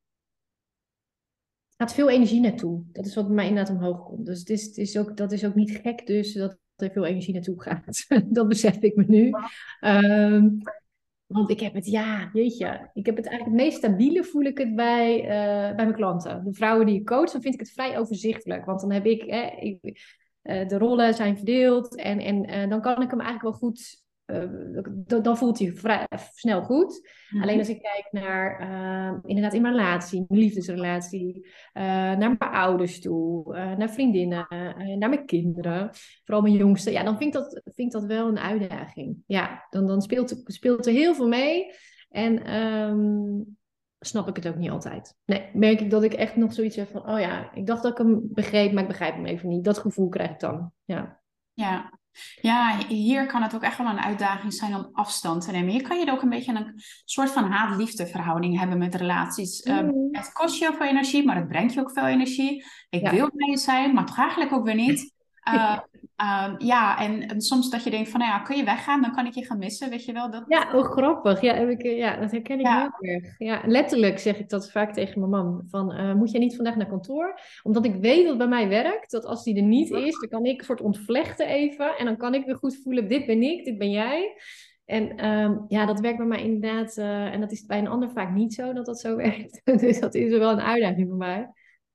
Er gaat veel energie naartoe. Dat is wat bij mij inderdaad omhoog komt. Dus het is, het is ook, dat is ook niet gek dus dat er veel energie naartoe gaat. Dat besef ik me nu. Ehm, want ik heb het, ja, jeetje. Ik heb het eigenlijk het meest stabiele voel ik het bij, eh, bij mijn klanten. De vrouwen die ik coach, dan vind ik het vrij overzichtelijk. Want dan heb ik, hè, ik eh, de rollen zijn verdeeld. En, en eh, dan kan ik hem eigenlijk wel goed. eh, dan, dan voelt hij vrij snel goed. Alleen Mhm. als ik kijk naar, eh, inderdaad, in mijn relatie, mijn liefdesrelatie, eh, naar mijn ouders toe, eh, naar vriendinnen, eh, naar mijn kinderen, vooral mijn jongste, ja, dan vind ik dat, vind ik dat wel een uitdaging. Ja, dan, dan speelt, speelt er heel veel mee. En ehm, snap ik het ook niet altijd. Nee, merk ik dat ik echt nog zoiets heb van, oh ja, ik dacht dat ik hem begreep, maar ik begrijp hem even niet. Dat gevoel krijg ik dan. Ja. Ja. Ja, hier kan het ook echt wel een uitdaging zijn om afstand te nemen. Hier kan je er ook een beetje een soort van haat-liefde verhouding hebben met relaties. Ehm, Mm. het kost je ook veel energie, maar het brengt je ook veel energie. Ik Ja. wil bij je zijn, maar toch eigenlijk ook weer niet. Uh, uh, ja, en, en soms dat je denkt van, nou ja, kun je weggaan, dan kan ik je gaan missen, weet je wel. Dat, Ja, oh grappig. Ja, heb ik, eh, ja, dat herken ik heel ja, erg. Ja, letterlijk zeg ik dat vaak tegen mijn man. Van, eh, moet jij niet vandaag naar kantoor? Omdat ik weet dat het bij mij werkt. Dat als die er niet is, dan kan ik een soort ontvlechten even. En dan kan ik weer goed voelen, dit ben ik, dit ben jij. En ehm, ja, dat werkt bij mij inderdaad. eh, en dat is bij een ander vaak niet zo, dat dat zo werkt. Dus dat is wel een uitdaging voor mij.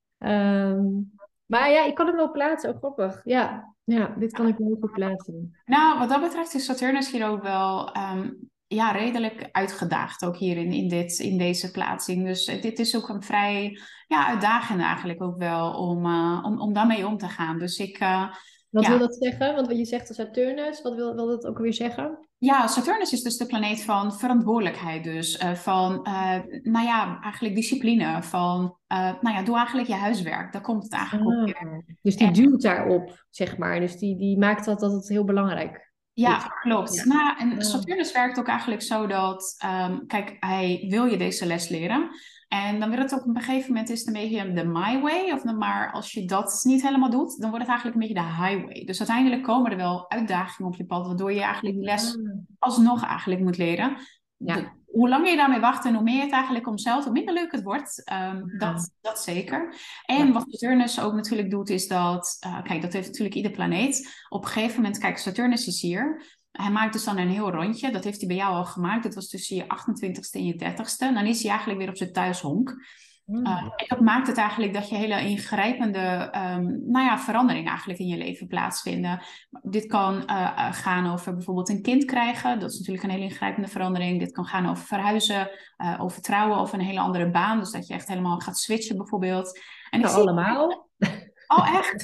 Ehm, maar ja, ik kan het wel plaatsen. Oh, grappig. Ja, ja, dit kan ik wel heel goed plaatsen. nou, wat dat betreft is Saturnus hier ook wel ehm, ja, redelijk uitgedaagd, ook hier in, in, dit, in deze plaatsing. Dus eh, dit is ook een vrij ja, uitdagend eigenlijk ook wel om, eh, om, om daarmee om te gaan. Dus ik, eh, Wat wil ja, dat zeggen? Want wat je zegt als Saturnus, wat wil, wil dat ook weer zeggen? ja, Saturnus is dus de planeet van verantwoordelijkheid dus. eh, van, eh, nou ja, eigenlijk discipline. Van, eh, nou ja, doe eigenlijk je huiswerk. Daar komt het eigenlijk op Ah, neer. dus die duwt daarop, zeg maar. Dus die, die maakt dat, dat het heel belangrijk Ja, is. klopt. Ja. Nou, en Ah, Saturnus werkt ook eigenlijk zo dat, ehm, kijk, hij wil je deze les leren. En dan wil het ook op een gegeven moment is het een beetje de my way. Of dan maar als je dat niet helemaal doet, dan wordt het eigenlijk een beetje de highway. Dus uiteindelijk komen er wel uitdagingen op je pad, waardoor je eigenlijk die les ah, alsnog eigenlijk moet leren. De, ja. hoe langer je daarmee wacht en hoe meer je het eigenlijk omzeilt, hoe minder leuk het wordt. Ehm, Ah, dat, dat zeker. En ja. wat Saturnus ook natuurlijk doet, is dat, eh, kijk, dat heeft natuurlijk ieder planeet. Op een gegeven moment, kijk, Saturnus is hier. Hij maakt dus dan een heel rondje. Dat heeft hij bij jou al gemaakt. Dat was tussen je achtentwintigste en je dertigste. Dan is hij eigenlijk weer op zijn thuishonk. Uh, Hmm. en dat maakt het eigenlijk dat je hele ingrijpende um, nou ja, veranderingen eigenlijk in je leven plaatsvinden. Dit kan uh, gaan over bijvoorbeeld een kind krijgen. Dat is natuurlijk een hele ingrijpende verandering. Dit kan gaan over verhuizen, uh, over trouwen of een hele andere baan. Dus dat je echt helemaal gaat switchen bijvoorbeeld. En ik Nou, zie... allemaal. Oh, echt?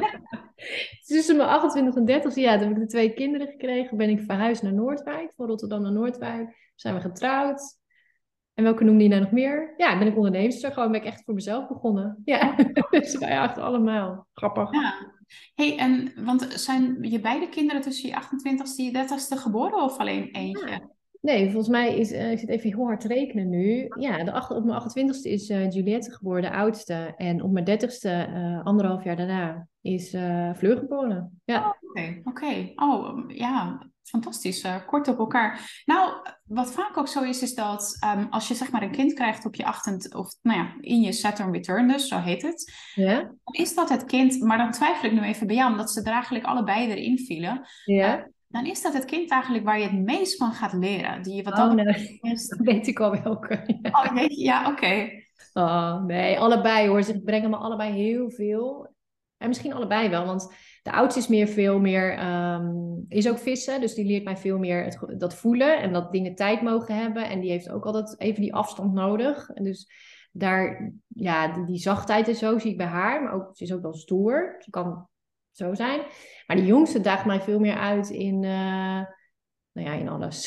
Tussen mijn achtentwintig en dertig, ja, toen heb ik de twee kinderen gekregen. Ben ik verhuisd naar Noordwijk, van Rotterdam naar Noordwijk. Zijn we getrouwd. En welke noemde je nou nog meer? Ja, ben ik onderneemster. Gewoon ben ik echt voor mezelf begonnen. Ja, dus ja, echt allemaal. Grappig. Ja. Hey, en want zijn je beide kinderen tussen je achtentwintigste en je dertigste geboren of alleen eentje? Ja. Nee, volgens mij is, eh, ik zit even heel hard te rekenen nu. Ja, de acht, op mijn achtentwintigste is eh, Juliette geboren, de oudste. En op mijn dertigste, eh, anderhalf jaar daarna, is eh Fleur geboren. Ja. Oké, oké. Oh, um, ja, fantastisch. eh, kort op elkaar. Nou, wat vaak ook zo is, is dat ehm, als je zeg maar een kind krijgt op je achtend, of nou ja, in je Saturn return dus, zo heet het, Ja? dan is dat het kind, maar dan twijfel ik nu even bij jou, omdat ze er eigenlijk allebei erin vielen. Eh, Ja? dan is dat het kind eigenlijk waar je het meest van gaat leren. Die je wat Oh, dat nou, betreft... dan weet ik al welke. Ja. Oh, weet je, ja, oké. Oh, nee, allebei hoor. Ze brengen me allebei heel veel. En misschien allebei wel, want de oudste is meer veel meer, ehm, is ook vissen. Dus die leert mij veel meer het, ge- dat voelen en dat dingen tijd mogen hebben. En die heeft ook altijd even die afstand nodig. En dus daar, ja, die, die zachtheid en zo zie ik bij haar. Maar ook, ze is ook wel stoer. Ze kan zo zijn. Maar de jongste daagt mij veel meer uit in, eh, nou ja, in alles.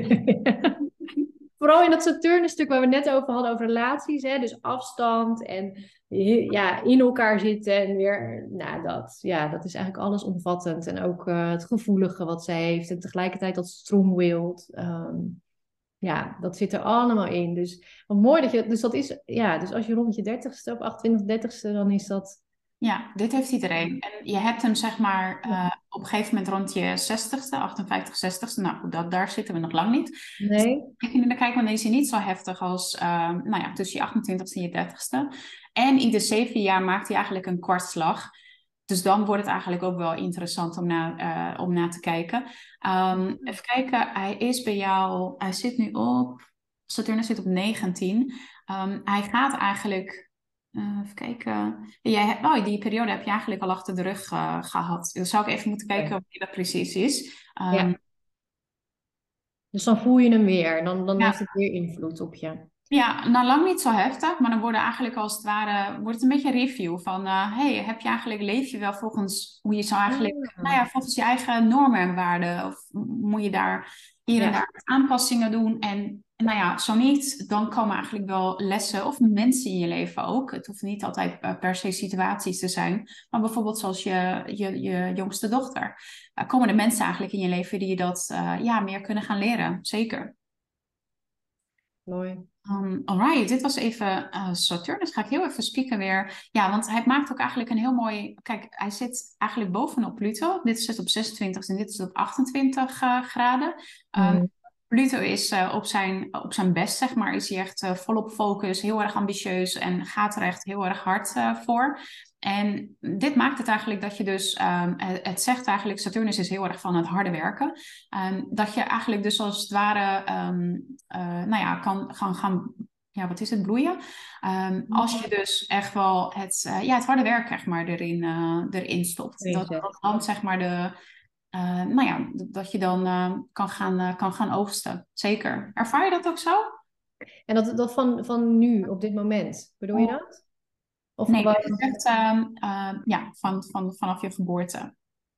Vooral in dat Saturnus-stuk waar we het net over hadden, over relaties. Hè? Dus afstand en ja, in elkaar zitten en weer, nou dat, ja, dat is eigenlijk allesomvattend. En ook uh, het gevoelige wat zij heeft en tegelijkertijd dat strong-willed. Um, ja, dat zit er allemaal in. Dus wat mooi dat je, dus dat is, ja, dus als je rond je dertigste of achtentwintig, dertigste, dan is dat Ja, dit heeft iedereen. En je hebt hem zeg maar Ja. uh, op een gegeven moment rond je zestigste, achtenvijftig, zestigste. Nou goed, dat, daar zitten we nog lang niet. Dus Nee? ik nu naar kijken, want deze is niet zo heftig als uh, nou ja, tussen je achtentwintigste en je dertigste. En ieder zeven jaar maakt hij eigenlijk een kwartslag. Dus dan wordt het eigenlijk ook wel interessant om na, uh, om na te kijken. Um, even kijken, hij is bij jou, hij zit nu op, Saturnus zit op negentien. Um, hij gaat eigenlijk... Uh, even kijken. Jij, oh, die periode heb je eigenlijk al achter de rug uh, gehad. Dan zou ik even moeten kijken Oké. hoe dat precies is. Ja. Um, Dus dan voel je hem weer. Dan, dan heeft ja, het weer invloed op je. ja, nou lang niet zo heftig, maar dan worden eigenlijk als het ware wordt het een beetje een review van, uh, hey, heb je eigenlijk leef je wel volgens hoe je zou eigenlijk, nou Ah. ja, volgens je eigen normen en waarden, of moet je daar hier en Ja. daar aanpassingen doen? En nou ja, zo niet, dan komen eigenlijk wel lessen of mensen in je leven ook. Het hoeft niet altijd uh, per se situaties te zijn, maar bijvoorbeeld zoals je, je, je jongste dochter. Uh, komen er mensen eigenlijk in je leven die je dat uh, ja, meer kunnen gaan leren? Zeker. Mooi. Um, alright, dit was even uh, Saturnus. Ga ik heel even spieken weer. Ja, want hij maakt ook eigenlijk een heel mooi... Kijk, hij zit eigenlijk bovenop Pluto. Dit zit op zesentwintig en dit is op achtentwintig uh, graden. Um, Mm. Pluto is uh, op, zijn, op zijn best, zeg maar, is hij echt uh, volop focus, heel erg ambitieus en gaat er echt heel erg hard uh, voor. En dit maakt het eigenlijk dat je dus, um, het zegt eigenlijk, Saturnus is heel erg van het harde werken. Um, dat je eigenlijk dus als het ware, um, uh, nou ja, kan gaan, gaan, ja, wat is het, bloeien. Um, als je dus echt wel het, uh, ja, het harde werk, zeg maar, erin, uh, erin stopt. Dat, dat dan, zeg maar, de, uh, nou ja, dat je dan uh, kan, gaan, uh, kan gaan oogsten. Zeker. Ervaar je dat ook zo? En dat, dat van, van nu, op dit moment, bedoel je dat? Of Nee, gewoon... het is echt uh, uh, ja, van, van, vanaf je geboorte.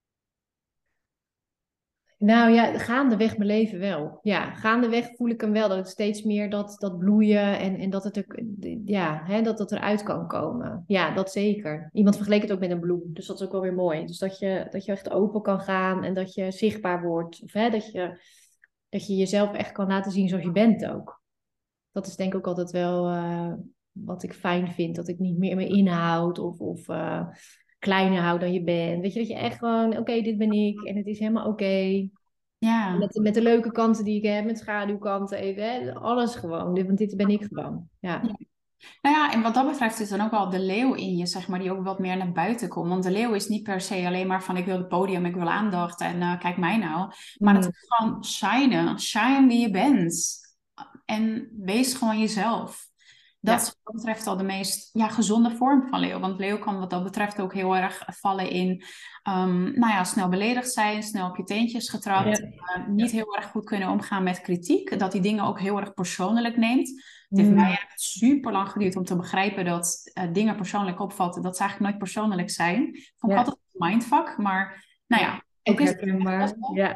Nou ja, gaandeweg mijn leven wel. Ja, gaandeweg voel ik hem wel. Dat ik steeds meer dat, dat bloeien en, en dat het ook, ja, hè, dat dat eruit kan komen. Ja, dat zeker. Iemand vergeleek het ook met een bloem. Dus dat is ook wel weer mooi. Dus dat je, dat je echt open kan gaan en dat je zichtbaar wordt. Of hè, dat je, dat je jezelf echt kan laten zien zoals je bent ook. Dat is denk ik ook altijd wel uh, wat ik fijn vind. Dat ik niet meer me inhoud of, of uh, kleiner hou dan je bent. Weet je, dat je echt gewoon, oké, okay, dit ben ik en het is helemaal oké. Okay. Ja. Met, met de leuke kanten die ik heb, met schaduwkanten, even, hè, alles gewoon. Dit, want dit ben ik gewoon. Ja. Ja. Nou ja, en wat dat betreft is dan ook wel de leeuw in je, zeg maar, die ook wat meer naar buiten komt. Want de leeuw is niet per se alleen maar van ik wil het podium, ik wil aandacht en uh, kijk mij nou. Maar het Mm. is gewoon shinen, shine wie je bent. En wees gewoon jezelf. Dat Ja. is wat dat betreft al de meest ja, gezonde vorm van leeuw. Want leeuw kan wat dat betreft ook heel erg vallen in, um, nou ja, snel beledigd zijn, snel op je teentjes getrapt. Ja. Uh, niet heel erg goed kunnen omgaan met kritiek. Dat die dingen ook heel erg persoonlijk neemt. Het heeft Mm. mij super lang geduurd om te begrijpen dat uh, dingen persoonlijk opvatten, dat ze eigenlijk nooit persoonlijk zijn. Vond ik Ja. altijd een mindfuck, maar nou ja. Ook is herkenbaar. Ja.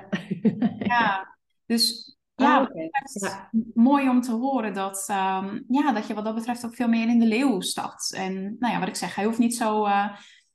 Ja, dus ja, Oh, wat okay. dat betreft Ja. mooi om te horen dat, um, ja, dat je wat dat betreft ook veel meer in de leeuw stapt. En nou ja, wat ik zeg, hij hoeft niet zo uh,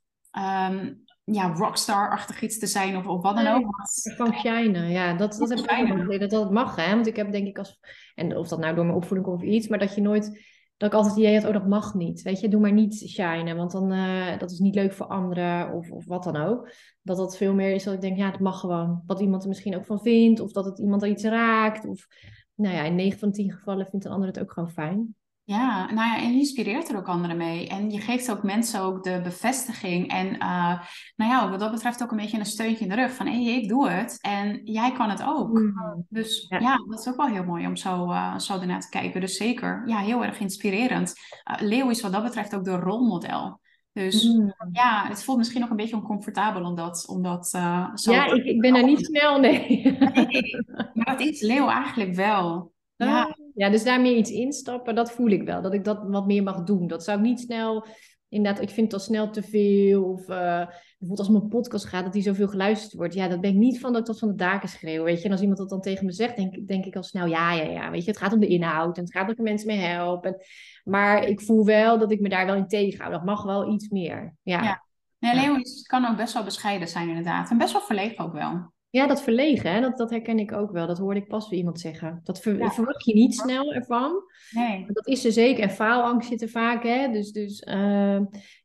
um, ja, rockstar-achtig iets te zijn of, of wat dan Nee, ook. Want, van shinen, ja, dat, dat heb ik ook wel. Dat dat mag, hè? Want ik heb denk ik als, en of dat nou door mijn opvoeding komt of iets, maar dat je nooit, dat ik altijd het idee had, oh, dat mag niet. Weet je, doe maar niet shinen, want dan, uh, dat is niet leuk voor anderen of, of wat dan ook. Dat dat veel meer is dat ik denk, ja, het mag gewoon. Wat iemand er misschien ook van vindt, of dat het iemand er iets raakt. Of, nou ja, in negen van tien gevallen vindt een ander het ook gewoon fijn. Ja, nou ja, en je inspireert er ook anderen mee. En je geeft ook mensen ook de bevestiging. En uh, nou ja, wat dat betreft ook een beetje een steuntje in de rug. Van, hé, hey, ik doe het. En jij kan het ook. Mm. Dus Ja. ja, dat is ook wel heel mooi om zo, uh, zo ernaar te kijken. Dus zeker, ja, heel erg inspirerend. Uh, Leeuw is wat dat betreft ook de rolmodel. Dus Mm. ja, het voelt misschien nog een beetje oncomfortabel om dat, om dat uh, zo... Ja, ik, ik ben daar niet snel, nee. Nee, maar dat is Leeuw eigenlijk wel. Ja. Ah, ja, dus daar meer iets instappen, dat voel ik wel. Dat ik dat wat meer mag doen. Dat zou ik niet snel, inderdaad, ik vind het al snel te veel. Of uh, bijvoorbeeld als mijn podcast gaat, dat die zoveel geluisterd wordt. Ja, dat ben ik niet van dat ik dat van de daken schreeuw, weet je. En als iemand dat dan tegen me zegt, denk, denk ik al snel, ja, ja, ja, weet je. Het gaat om de inhoud en het gaat dat ik mensen mee help. En, maar ik voel wel dat ik me daar wel in tegenhoud. Dat mag wel iets meer, ja. Ja. Nee, Ja. Leeuw is, kan ook best wel bescheiden zijn inderdaad. En best wel verlegen ook wel. Ja, dat verlegen, hè? Dat, dat herken ik ook wel. Dat hoorde ik pas weer iemand zeggen. Dat ver, Ja. verwacht je niet snel ervan. Nee. Dat is er zeker. En faalangst zit er vaak, hè? Dus, dus uh,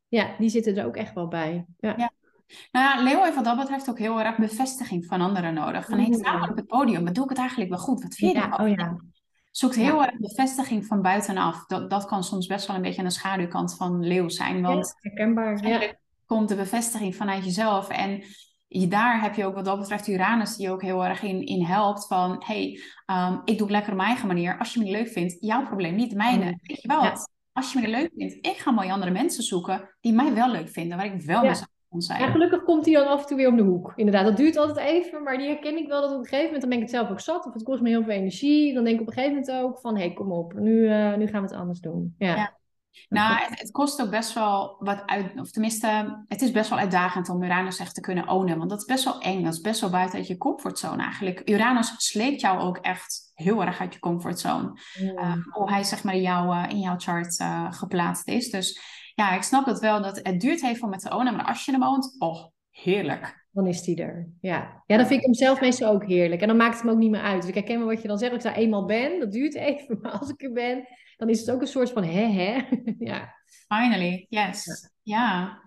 Ja, die zitten er ook echt wel bij. Ja. Ja. Nou ja, Leo heeft wat dat betreft ook heel erg bevestiging van anderen nodig. Van, hey, ik sta Mm. op het podium, maar doe ik het eigenlijk wel goed? Wat vind je Ja, oh ervan? ja. Zoekt heel Ja, erg bevestiging van buitenaf. Dat, dat kan soms best wel een beetje aan de schaduwkant van Leo zijn. ja, Want herkenbaar. Ja. uiteindelijk komt de bevestiging vanuit jezelf. En je, daar heb je ook wat dat betreft Uranus die ook heel erg in, in helpt. Van, hey, um, ik doe het lekker op mijn eigen manier. Als je me niet leuk vindt, jouw probleem, niet de mijne. Mm. Weet je wel Ja. wat? Als je me niet leuk vindt, ik ga mooie andere mensen zoeken die mij wel leuk vinden. Waar ik wel Ja. mezelf kan Ja, zijn. gelukkig komt hij dan af en toe weer om de hoek. Inderdaad, dat duurt altijd even, maar die herken ik wel dat op een gegeven moment, dan ben ik het zelf ook zat, of het kost me heel veel energie. Dan denk ik op een gegeven moment ook van, hé, hey, kom op, nu, uh, nu gaan we het anders doen. Ja, Ja. dat Nou, klopt. het, het kost ook best wel wat uit, of tenminste, het is best wel uitdagend om Uranus echt te kunnen ownen, want dat is best wel eng, dat is best wel buiten uit je comfortzone eigenlijk. Uranus sleept jou ook echt heel erg uit je comfortzone, uh, Mm. hoe hij zeg maar in jouw, uh, in jouw chart uh, geplaatst is. Dus ja, ik snap het wel, dat het duurt even om het te ownen, maar als je hem ownt, oh, heerlijk. Dan is die er. Ja. Ja, dan vind ik hem zelf meestal ook heerlijk. En dan maakt het me ook niet meer uit. Dus ik herken wel wat je dan zegt. Als ik daar eenmaal ben, dat duurt even. Maar als ik er ben, dan is het ook een soort van hè hè. Ja. Finally, Ja. yes. Ja.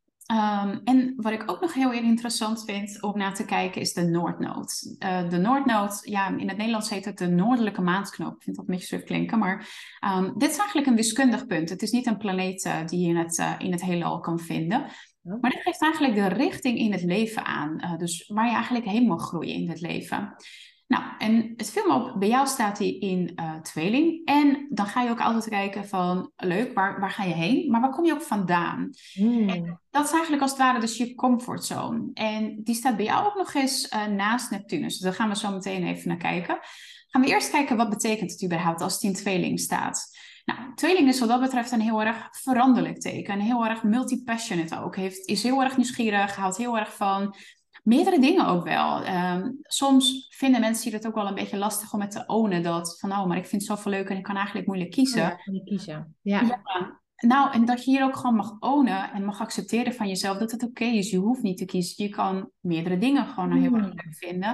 Um, en wat ik ook nog heel erg interessant vind om naar te kijken is de Noordnood. Uh, de Noordnood, ja, in het Nederlands heet het de noordelijke maanknoop. Ik vind dat een beetje suf klinken, maar um, dit is eigenlijk een wiskundig punt. Het is niet een planeet uh, die je in het, uh, in het heelal kan vinden. Ja. Maar dit geeft eigenlijk de richting in het leven aan. Uh, dus waar je eigenlijk heen mag groeien in het leven. Nou, en het viel me op, bij jou staat hij in uh, tweeling. En dan ga je ook altijd kijken van, leuk, waar, waar ga je heen? Maar waar kom je ook vandaan? Mm. En dat is eigenlijk als het ware dus je comfortzone. En die staat bij jou ook nog eens uh, naast Neptunus. Dus daar gaan we zo meteen even naar kijken. Gaan we eerst kijken wat betekent het überhaupt als het in tweeling staat. Nou, tweeling is wat dat betreft een heel erg veranderlijk teken. Een heel erg multi-passionate ook. Heeft, is heel erg nieuwsgierig, houdt heel erg van meerdere dingen ook wel. Um, soms vinden mensen het ook wel een beetje lastig om het te ownen. Dat van, oh, maar ik vind het zoveel leuk en ik kan eigenlijk moeilijk kiezen. Oh ja, kan je kiezen. Ja. Ja. Nou, en dat je hier ook gewoon mag ownen en mag accepteren van jezelf dat het oké okay is. Je hoeft niet te kiezen. Je kan meerdere dingen gewoon heel erg Mm. leuk vinden.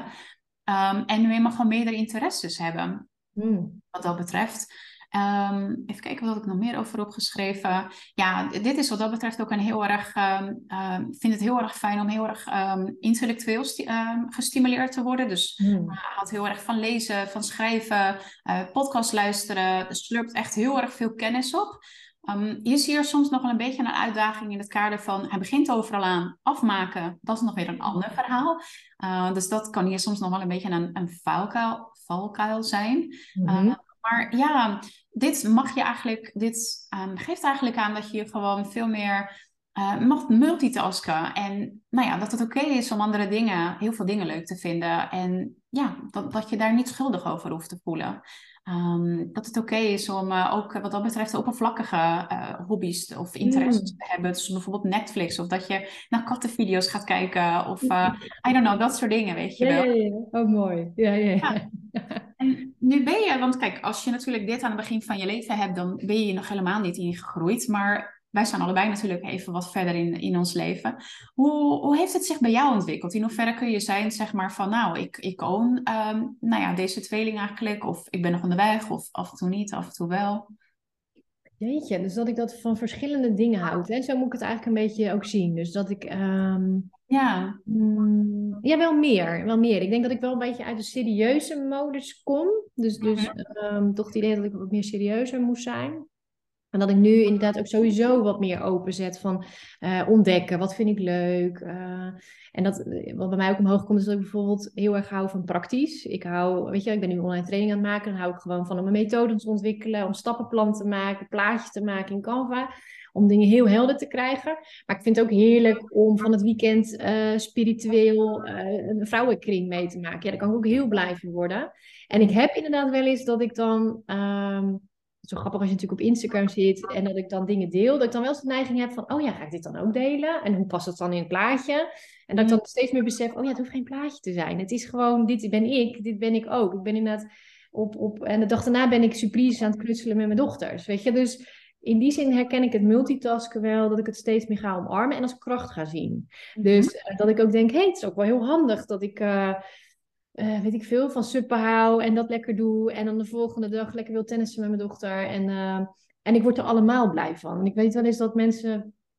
Um, en je mag gewoon meerdere interesses hebben, Mm. wat dat betreft. Um, even kijken wat ik nog meer over opgeschreven. Ja, dit is wat dat betreft ook een heel erg... Um, um, ik vind het heel erg fijn om heel erg um, intellectueel um, gestimuleerd te worden. Dus Mm. uh, houdt heel erg van lezen, van schrijven, uh, podcast luisteren. Dus slurpt echt heel erg veel kennis op. Um, je ziet hier soms nog wel een beetje een uitdaging in het kader van... hij begint overal aan, afmaken, dat is nog weer een ander verhaal. Uh, dus dat kan hier soms nog wel een beetje een, een valkuil, valkuil zijn. Mm-hmm. Uh, maar ja, dit mag je eigenlijk, dit um, geeft eigenlijk aan dat je gewoon veel meer uh, mag multitasken. En nou ja, dat het oké okay is om andere dingen, heel veel dingen leuk te vinden. En ja, dat, dat je daar niet schuldig over hoeft te voelen. Um, dat het oké okay is om uh, ook wat dat betreft oppervlakkige uh, hobby's of interesses Mm. te hebben. Dus bijvoorbeeld Netflix of dat je naar kattenvideo's gaat kijken of uh, I don't know, dat soort dingen, weet je Ja, wel. ja, ja. Oh, mooi. Ja, ja, ja. Ja. En nu ben je, want kijk, als je natuurlijk dit aan het begin van je leven hebt, dan ben je nog helemaal niet ingegroeid. Maar wij staan allebei natuurlijk even wat verder in, in ons leven. Hoe, hoe heeft het zich bij jou ontwikkeld? In hoeverre kun je zijn, zeg maar, van nou, ik, ik own um, nou ja, deze tweeling eigenlijk. Of ik ben nog onderweg, of af en toe niet, af en toe wel. Jeetje, dus dat ik dat van verschillende dingen houd. Hè? Zo moet ik het eigenlijk een beetje ook zien. Dus dat ik... Um... Ja. Mm, ja, wel meer, wel meer. Ik denk dat ik wel een beetje uit de serieuze modus kom. Dus, dus um, toch het idee dat ik wat meer serieuzer moest zijn. En dat ik nu inderdaad ook sowieso wat meer openzet van uh, ontdekken. Wat vind ik leuk? Uh, en dat, wat bij mij ook omhoog komt, is dat ik bijvoorbeeld heel erg hou van praktisch. Ik hou, weet je, ik ben nu online training aan het maken. Dan hou ik gewoon van om een methode te ontwikkelen, om stappenplan te maken, plaatjes te maken in Canva. Om dingen heel helder te krijgen. Maar ik vind het ook heerlijk om van het weekend uh, spiritueel uh, een vrouwenkring mee te maken. Ja, daar kan ik ook heel blij van worden. En ik heb inderdaad wel eens dat ik dan... Um, zo grappig als je natuurlijk op Instagram zit en dat ik dan dingen deel, dat ik dan wel eens de neiging heb van, oh ja, ga ik dit dan ook delen? En hoe past het dan in het plaatje? En dat ik dan steeds meer besef, oh ja, het hoeft geen plaatje te zijn. Het is gewoon, dit ben ik, dit ben ik ook. Ik ben inderdaad op, op en de dag daarna ben ik surprises aan het knutselen met mijn dochters, weet je. Dus in die zin herken ik het multitasken wel, dat ik het steeds meer ga omarmen en als kracht ga zien. Dus uh, dat ik ook denk, hé, hey, het is ook wel heel handig dat ik... Uh, Uh, weet ik veel, van suppen hou en dat lekker doe. En dan de volgende dag lekker wil tennissen met mijn dochter. En, uh, en ik word er allemaal blij van. En ik weet wel eens dat mensen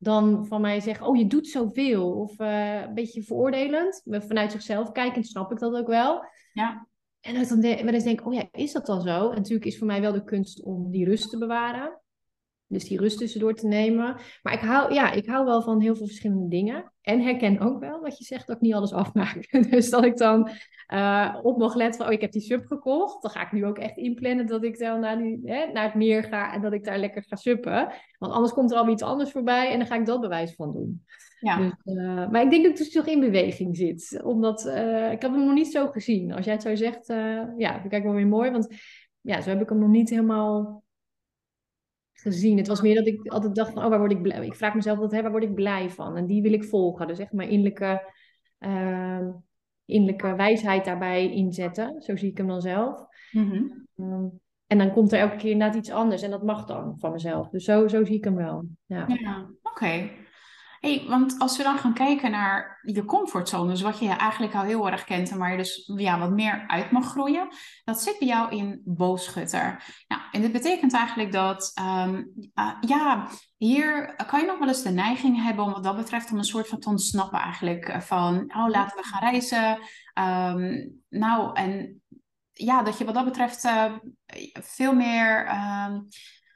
dan van mij zeggen, oh je doet zoveel. Of uh, een beetje veroordelend. Vanuit zichzelf kijkend snap ik dat ook wel. Ja. En dat ik dan de- wel eens denk, oh ja, is dat dan zo? En natuurlijk is voor mij wel de kunst om die rust te bewaren. Dus die rust tussendoor te nemen. Maar ik hou, ja, ik hou wel van heel veel verschillende dingen. En herken ook wel wat je zegt, dat ik niet alles afmaak. Dus dat ik dan uh, op mag letten van, oh, ik heb die sub gekocht. Dan ga ik nu ook echt inplannen dat ik dan naar, die, hè, naar het meer ga en dat ik daar lekker ga suppen. Want anders komt er alweer iets anders voorbij en dan ga ik dat bewijs van doen. Ja. Dus, uh, maar ik denk dat ik dus toch in beweging zit. Omdat, uh, ik heb hem nog niet zo gezien. Als jij het zo zegt, uh, ja, vind ik wel weer mooi. Want ja, zo heb ik hem nog niet helemaal gezien. Het was meer dat ik altijd dacht van, oh, waar word ik blij? Ik vraag mezelf altijd, hè, waar word ik blij van? En die wil ik volgen. Dus echt mijn innerlijke, uh, innerlijke wijsheid daarbij inzetten. Zo zie ik hem dan zelf. Mm-hmm. Um, en dan komt er elke keer inderdaad iets anders. En dat mag dan van mezelf. Dus zo, zo zie ik hem wel. Ja, Ja, oké. Okay. Hey, want als we dan gaan kijken naar je comfortzone, dus wat je eigenlijk al heel erg kent en waar je dus ja, wat meer uit mag groeien, dat zit bij jou in boogschutter. Nou, en dit betekent eigenlijk dat, um, uh, ja, hier kan je nog wel eens de neiging hebben om wat dat betreft om een soort van te ontsnappen eigenlijk van, oh, laten we gaan reizen. Um, nou, en ja, dat je wat dat betreft uh, veel meer... Um,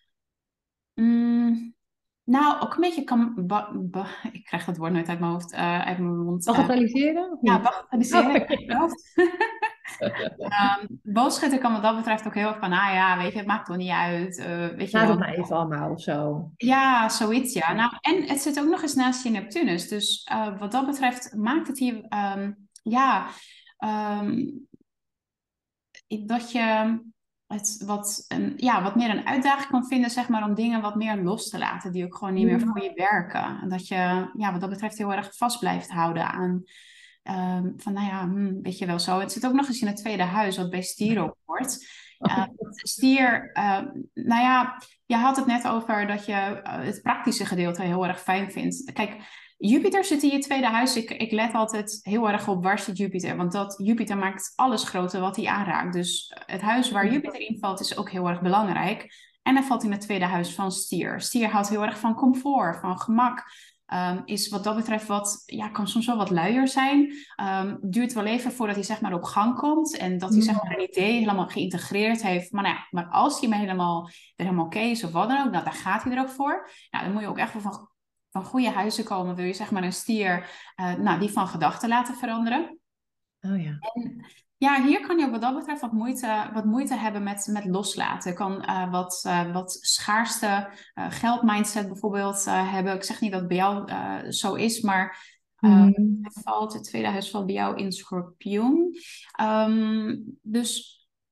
mm, Nou, ook een beetje kan... ba- ba- ik krijg dat woord nooit uit mijn hoofd, uh, uit mijn mond. Uh, bagatelliseren of ja, niet? bagatelliseren Oh, uit mijn hoofd. um, boogschutter kan wat dat betreft ook heel erg van, ah ja, weet je, het maakt toch niet uit. Uh, weet je laat het wel. maar even allemaal of zo. Ja, zoiets, ja. Nou, en het zit ook nog eens naast je Neptunus. Dus uh, wat dat betreft maakt het hier, um, ja, um, dat je het wat, een, ja, wat meer een uitdaging kan vinden, zeg maar, om dingen wat meer los te laten, die ook gewoon niet meer voor je werken. En dat je, ja, wat dat betreft heel erg vast blijft houden aan, um, van, nou ja, hmm, weet je wel zo. Het zit ook nog eens in het tweede huis, wat bij stier ook hoort. Uh, stier, uh, nou ja, je had het net over dat je uh, het praktische gedeelte heel erg fijn vindt. Kijk, Jupiter zit in je tweede huis. Ik, ik let altijd heel erg op waar zit Jupiter. Want dat, Jupiter maakt alles groter wat hij aanraakt. Dus het huis waar Jupiter in valt is ook heel erg belangrijk. En hij valt in het tweede huis van stier. Stier houdt heel erg van comfort, van gemak. Um, is wat dat betreft wat, ja, kan soms wel wat luier zijn. Um, duurt wel even voordat hij zeg maar op gang komt. En dat hij zeg maar een idee helemaal geïntegreerd heeft. Maar, nou ja, maar als hij me helemaal, er helemaal oké is of wat dan ook, nou, daar gaat hij er ook voor. Nou, dan moet je ook echt wel van... van goede huizen komen, wil je zeg maar een stier, uh, nou, die van gedachten laten veranderen. Oh ja. En ja, hier kan je ook wat dat betreft wat moeite, wat moeite hebben met, met loslaten. Kan uh, wat, uh, wat schaarste uh, geldmindset bijvoorbeeld uh, hebben. Ik zeg niet dat het bij jou uh, zo is, maar uh, mm. het, valt, het tweede huis valt bij jou in Schorpioen. Um, dus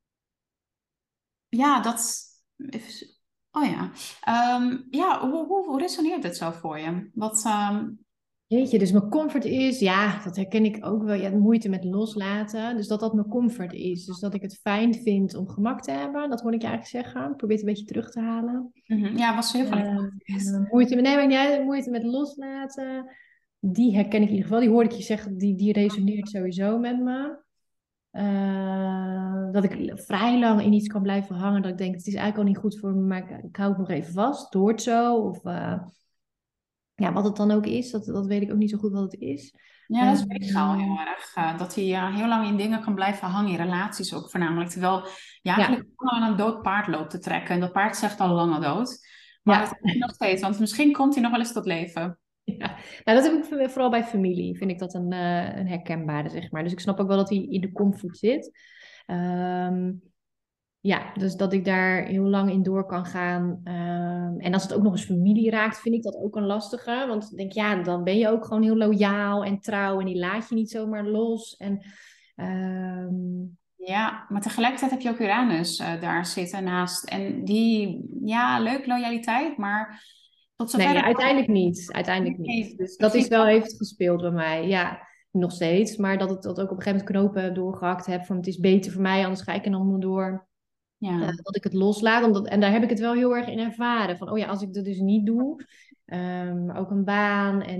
ja, dat... Even, oh ja. Um, ja, hoe, hoe, hoe resoneert het zo voor je? Wat... Um... Jeetje, dus mijn comfort is, ja, dat herken ik ook wel, ja, moeite met loslaten. Dus dat dat mijn comfort is. Dus dat ik het fijn vind om gemak te hebben, dat hoorde ik je eigenlijk zeggen. Ik probeer het een beetje terug te halen. Mm-hmm. Ja, was heel veel. Uh, moeite met, nee, maar niet, moeite met loslaten, die herken ik in ieder geval. Die hoorde ik je zeggen, die, die resoneert sowieso met me. Uh, dat ik vrij lang in iets kan blijven hangen. Dat ik denk, het is eigenlijk al niet goed voor me, maar ik, ik hou het nog even vast. Door het zo. Of uh, ja, wat het dan ook is. Dat, dat weet ik ook niet zo goed wat het is. Ja, dat is meestal uh, heel erg. Uh, dat hij uh, heel lang in dingen kan blijven hangen. In relaties ook voornamelijk. Terwijl je eigenlijk ja. aan een dood paard loopt te trekken. En dat paard zegt al lang al dood. Maar ja. dat is nog steeds. Want misschien komt hij nog wel eens tot leven. Ja, nou, dat heb ik vooral bij familie, vind ik dat een, uh, een herkenbare, zeg maar. Dus ik snap ook wel dat hij in de comfort zit. Um, ja, dus dat ik daar heel lang in door kan gaan. Um, en als het ook nog eens familie raakt, vind ik dat ook een lastige. Want ik denk, ja, dan ben je ook gewoon heel loyaal en trouw. En die laat je niet zomaar los. En, um... ja, maar tegelijkertijd heb je ook Uranus uh, daar zitten naast. En die, ja, leuk loyaliteit, maar... Tot zover nee, uiteindelijk niet. Uiteindelijk niet. Dus dat is wel even gespeeld bij mij. Ja, nog steeds. Maar dat ik dat ook op een gegeven moment knopen doorgehakt heb. Van het is beter voor mij, anders ga ik er nog maar door. Ja. Uh, dat ik het loslaat. Omdat, en daar heb ik het wel heel erg in ervaren. Van, oh ja, als ik dat dus niet doe. Um, ook een baan. En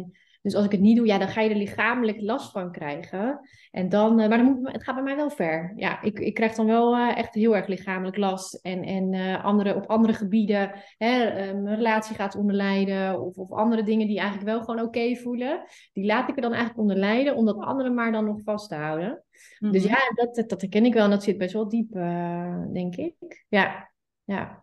Dus als ik het niet doe, ja, dan ga je er lichamelijk last van krijgen. En dan, uh, maar dan moet, het gaat bij mij wel ver. Ja, ik, ik krijg dan wel uh, echt heel erg lichamelijk last. En, en uh, andere, op andere gebieden, hè, uh, mijn relatie gaat onder lijden. Of, of andere dingen die eigenlijk wel gewoon oké okay voelen. Die laat ik er dan eigenlijk onder lijden, om dat andere maar dan nog vast te houden. Mm-hmm. Dus ja, dat, dat, dat herken ik wel. En dat zit best wel diep, uh, denk ik. Ja, ja.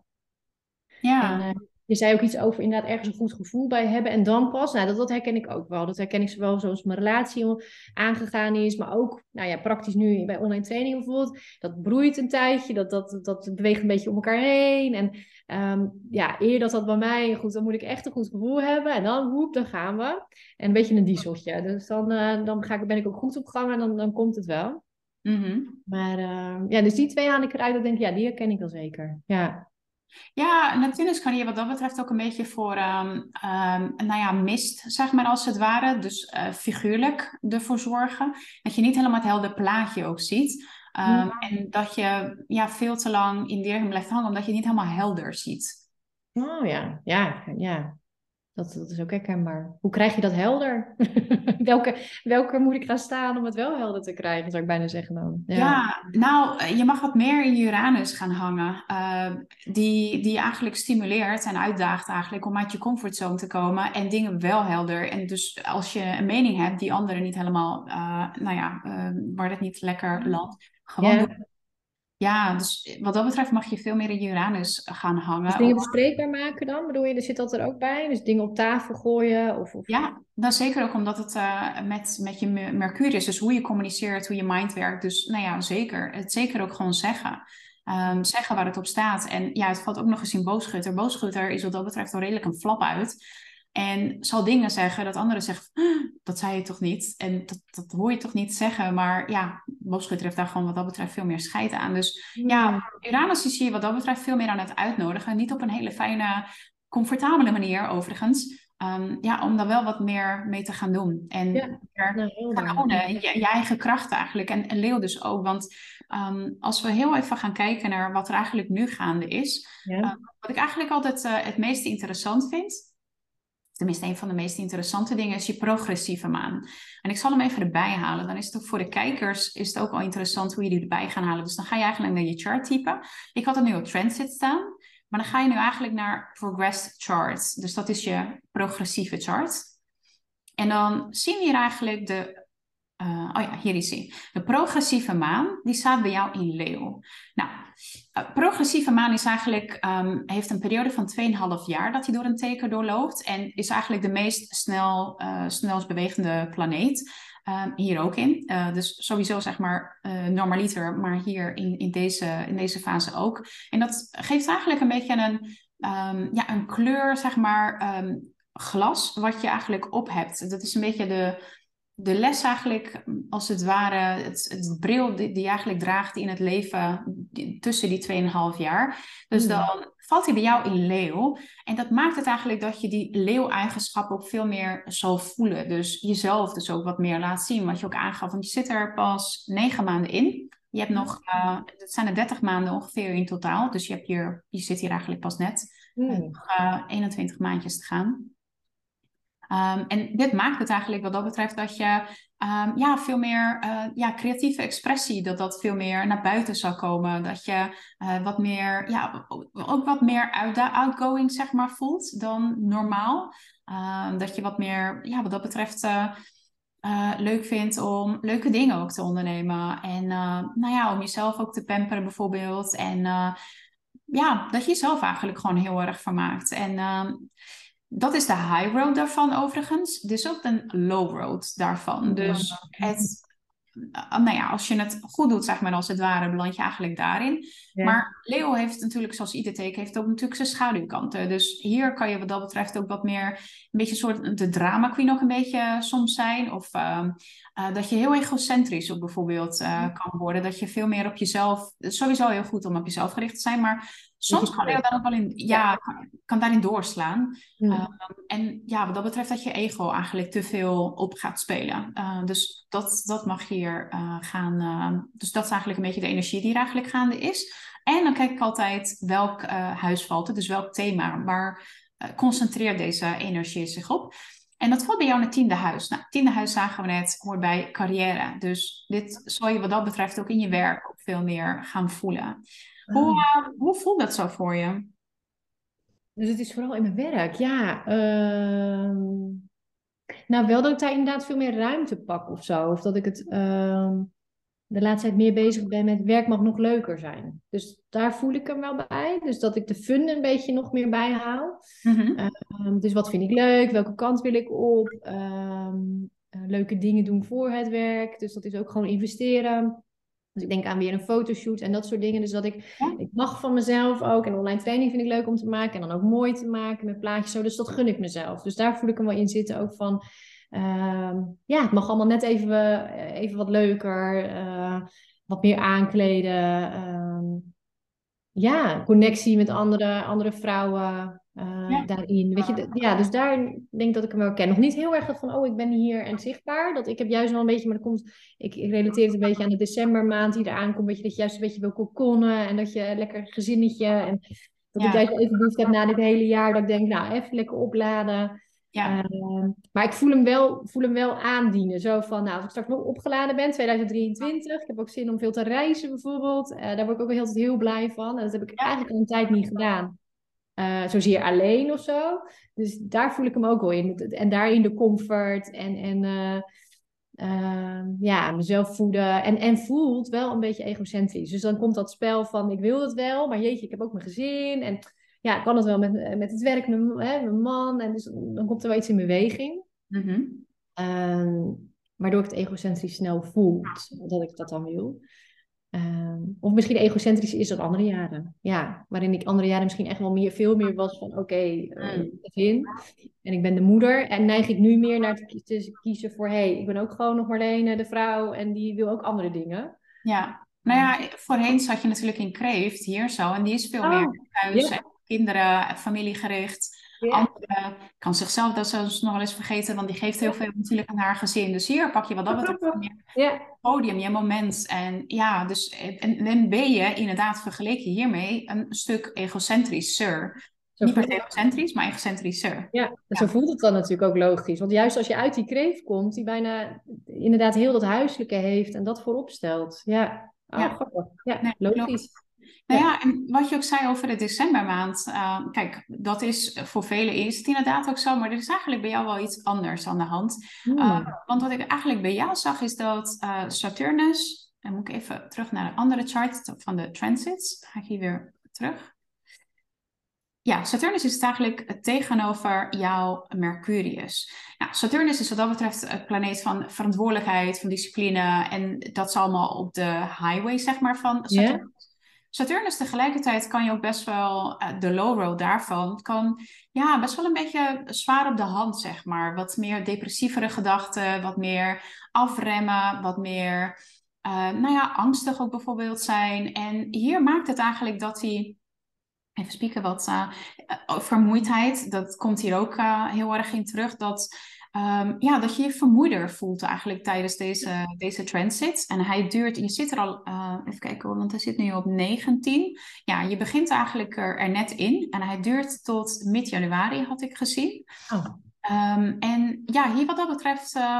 Ja. En, uh, je zei ook iets over inderdaad ergens een goed gevoel bij hebben. En dan pas, nou dat, dat herken ik ook wel. Dat herken ik zowel zoals mijn relatie aangegaan is. Maar ook, nou ja, praktisch nu bij online training bijvoorbeeld. Dat broeit een tijdje. Dat, dat, dat beweegt een beetje om elkaar heen. En um, ja, eer dat dat bij mij, goed, dan moet ik echt een goed gevoel hebben. En dan, woep, dan gaan we. En een beetje een dieseltje. Dus dan, uh, dan ga ik, ben ik ook goed op gang en dan, dan komt het wel. Mm-hmm. Maar uh, ja, dus die twee haal ik eruit. Dat denk ik, ja, die herken ik wel zeker. Ja. Ja, natuurlijk kan je wat dat betreft ook een beetje voor, um, um, nou ja, mist, zeg maar als het ware. Dus uh, figuurlijk ervoor zorgen. Dat je niet helemaal het helder plaatje ook ziet. Um, ja. En dat je ja, veel te lang in die blijft hangen, omdat je het niet helemaal helder ziet. Oh ja, ja, ja. Dat, dat is ook herkenbaar. Hoe krijg je dat helder? welke, welke moet ik gaan staan om het wel helder te krijgen, zou ik bijna zeggen dan. Ja, ja nou, je mag wat meer in je Uranus gaan hangen. Uh, die, die je eigenlijk stimuleert en uitdaagt eigenlijk om uit je comfortzone te komen. En dingen wel helder. En dus als je een mening hebt die anderen niet helemaal, uh, nou ja, uh, waar het niet lekker landt. Gewoon ja. doen. Ja, dus wat dat betreft mag je veel meer in je Uranus gaan hangen. Dus dingen bespreekbaar maken dan? Bedoel je, er zit dat er ook bij? Dus dingen op tafel gooien? Of, of... Ja, dan zeker ook omdat het uh, met, met je Mercurius, dus hoe je communiceert, hoe je mind werkt. Dus nou ja, zeker. Het zeker ook gewoon zeggen. Um, zeggen waar het op staat. En ja, het valt ook nog eens in boogschutter. Boogschutter is wat dat betreft wel redelijk een flap uit. En zal dingen zeggen dat anderen zeggen, dat zei je toch niet? En dat, dat hoor je toch niet zeggen? Maar ja, boogschutter heeft daar gewoon wat dat betreft veel meer scheid aan. Dus hmm. ja, Uranus is hier wat dat betreft veel meer aan het uitnodigen. Niet op een hele fijne, comfortabele manier overigens. Um, ja, om daar wel wat meer mee te gaan doen. En ja, nou, gaan ownen, je, je eigen kracht eigenlijk. En, en Leo dus ook. Want um, als we heel even gaan kijken naar wat er eigenlijk nu gaande is. Ja. Uh, wat ik eigenlijk altijd uh, het meest interessant vind. Tenminste, een van de meest interessante dingen is je progressieve maan. En ik zal hem even erbij halen. Dan is het ook voor de kijkers is het ook al interessant hoe je die erbij gaan halen. Dus dan ga je eigenlijk naar je chart typen. Ik had het nu op transit staan. Maar dan ga je nu eigenlijk naar progressed chart. Dus dat is je progressieve chart. En dan zien we hier eigenlijk de... Uh, oh ja, hier is hij. De progressieve maan, die staat bij jou in Leeuw. Nou, uh, progressieve maan is eigenlijk, um, heeft een periode van twee komma vijf jaar dat hij door een teken doorloopt. En is eigenlijk de meest snel, uh, snelst bewegende planeet. Um, hier ook in. Uh, dus sowieso zeg maar uh, normaliter, maar hier in, in, deze, in deze fase ook. En dat geeft eigenlijk een beetje een, um, ja, een kleur, zeg maar, um, glas wat je eigenlijk op hebt. Dat is een beetje de... De les eigenlijk, als het ware, het, het bril die, die je eigenlijk draagt in het leven die, tussen die twee komma vijf jaar. Dus dan valt hij bij jou in Leeuw. En dat maakt het eigenlijk dat je die leeuw-eigenschappen ook veel meer zal voelen. Dus jezelf dus ook wat meer laat zien, wat je ook aangaf. Want je zit er pas negen maanden in. Je hebt nog, uh, het zijn er dertig maanden ongeveer in totaal. Dus je, hebt hier, je zit hier eigenlijk pas net. Mm. Uh, nog uh, eenentwintig maandjes te gaan. Um, en dit maakt het eigenlijk wat dat betreft dat je um, ja, veel meer uh, ja, creatieve expressie, dat dat veel meer naar buiten zal komen. Dat je uh, wat meer, ja, ook wat meer outgoing zeg maar voelt dan normaal. Uh, dat je wat meer, ja, wat dat betreft uh, uh, leuk vindt om leuke dingen ook te ondernemen. En uh, nou ja, om jezelf ook te pamperen bijvoorbeeld. En uh, ja, dat je jezelf eigenlijk gewoon heel erg vermaakt. En... Uh, Dat is de high road daarvan overigens. Dit is ook de low road daarvan. Dus het, nou ja, als je het goed doet, zeg maar als het ware, beland je eigenlijk daarin. Ja. Maar Leo heeft natuurlijk, zoals ieder teken, heeft ook natuurlijk zijn schaduwkanten. Dus hier kan je wat dat betreft ook wat meer, een beetje soort de drama queen ook een beetje soms zijn. Of uh, uh, dat je heel egocentrisch ook bijvoorbeeld uh, kan worden. Dat je veel meer op jezelf, het is sowieso heel goed om op jezelf gericht te zijn, maar... Soms kan Leo daar ook wel in, ja, ja. Kan, kan daarin doorslaan. Mm. Uh, en ja, wat dat betreft dat je ego eigenlijk te veel op gaat spelen. Uh, dus dat, dat mag hier uh, gaan. Uh, dus dat is eigenlijk een beetje de energie die er eigenlijk gaande is. En dan kijk ik altijd welk uh, huis valt het, dus welk thema. Waar uh, concentreert deze energie zich op? En dat valt bij jou in het tiende huis. Nou, het tiende huis zagen we net, hoort bij carrière. Dus dit zal je wat dat betreft ook in je werk ook veel meer gaan voelen. Hoe, Oh. uh, hoe voelt dat zo voor je? Dus het is vooral in mijn werk, ja. ehm, nou, wel dat ik daar inderdaad veel meer ruimte pak of zo. Of dat ik het ehm, de laatste tijd meer bezig ben met werk mag nog leuker zijn. Dus daar voel ik hem wel bij. Dus dat ik de fun een beetje nog meer bijhaal. Mhm. Ehm, dus wat vind ik leuk? Welke kant wil ik op? Ehm, eh, leuke dingen doen voor het werk. Dus dat is ook gewoon investeren. Dus ik denk aan weer een fotoshoot en dat soort dingen. Dus dat ik, Ja, ik mag van mezelf ook. En online training vind ik leuk om te maken. En dan ook mooi te maken met plaatjes zo. Dus dat gun ik mezelf. Dus daar voel ik hem wel in zitten. Ook van, ehm, ja, het mag allemaal net even, even wat leuker. eh, wat meer aankleden. ehm, ja, connectie met andere, andere vrouwen eh, ja, daarin. Weet je, d- ja, dus daar denk ik dat ik hem wel ken. Nog niet heel erg dat van, oh, ik ben hier en zichtbaar. Dat ik heb juist wel een beetje, maar dat komt, ik, ik relateer het een beetje aan de decembermaand die eraan komt. Weet je, dat je juist een beetje wil kokonnen en dat je lekker gezinnetje en dat ik ja, juist wel even behoefte heb na dit hele jaar dat ik denk, nou, even lekker opladen. ja, Ehm, maar ik voel hem wel, voel hem wel aandienen. Zo van, nou, als ik straks nog opgeladen ben, tweeduizend drieëntwintig. Ik heb ook zin om veel te reizen bijvoorbeeld. Eh, daar word ik ook wel heel, heel blij van. En dat heb ik ja, eigenlijk al een tijd niet gedaan. Eh, zozeer alleen of zo. Dus daar voel ik hem ook wel in. En daarin de comfort en, en eh, ehm, ja, mezelf voeden. En, en voelt wel een beetje egocentrisch. Dus dan komt dat spel van, ik wil het wel, maar jeetje, ik heb ook mijn gezin. En ja, ik kan het wel met, met het werk, mijn, hè, mijn man. En dus dan komt er wel iets in beweging. mhm. Ehm, waardoor ik het egocentrisch snel voelt, dat ik dat dan wil. Ehm, of misschien egocentrisch is dan andere jaren. Ja, waarin ik andere jaren misschien echt wel meer, veel meer was van oké, eh, Mm. gezin. En ik ben de moeder. En neig ik nu meer naar te, kie- te kiezen voor hé, hey, ik ben ook gewoon nog Marlene, de vrouw. En die wil ook andere dingen. Ja. Nou ja, voorheen zat je natuurlijk in Kreeft, hier zo. En die is veel meer Oh, thuis, ja, en kinderen, en familiegericht. ja, Andere kan zichzelf dat zelfs nog wel eens vergeten, want die geeft heel veel natuurlijk aan haar gezin. Dus hier pak je wat dat betreft meer ja. podium, je moment. En ja, dus en, en ben je inderdaad vergeleken hiermee een stuk egocentrischer. Zo Niet per voelt se het. egocentrischer, maar egocentrischer. Ja, en zo Ja, voelt het dan natuurlijk ook logisch. Want juist als je uit die kreeft komt, die bijna inderdaad heel dat huiselijke heeft en dat voorop stelt. Ja, oh, ja. grappig. Ja, Nee, logisch. klopt. Nou Ja. ja, en wat je ook zei over de decembermaand. Uh, kijk, dat is voor velen is het inderdaad ook zo, maar er is eigenlijk bij jou wel iets anders aan de hand. Uh, Hmm. want wat ik eigenlijk bij jou zag is dat uh, Saturnus, en moet ik even terug naar de andere chart van de transits. Ga ik hier weer terug. Ja, Saturnus is het eigenlijk tegenover jouw Mercurius. Nou, Saturnus is wat dat betreft een planeet van verantwoordelijkheid, van discipline. En dat is allemaal op de highway, zeg maar, van Ja? Saturnus. Saturnus tegelijkertijd kan je ook best wel, uh, de low road daarvan, kan ja, best wel een beetje zwaar op de hand, zeg maar. Wat meer depressievere gedachten, wat meer afremmen, wat meer, uh, nou ja, angstig ook bijvoorbeeld zijn. En hier maakt het eigenlijk dat hij even spieken wat uh, vermoeidheid, dat komt hier ook uh, heel erg in terug. Dat, um, ja, dat je je vermoeider voelt eigenlijk tijdens deze, deze transit. En hij duurt, je zit er al, uh, even kijken hoor, want hij zit nu op negentien. Ja, je begint eigenlijk er, er net in. En hij duurt tot mid-januari, had ik gezien. Oh. Um, en ja, hier wat dat betreft... Uh,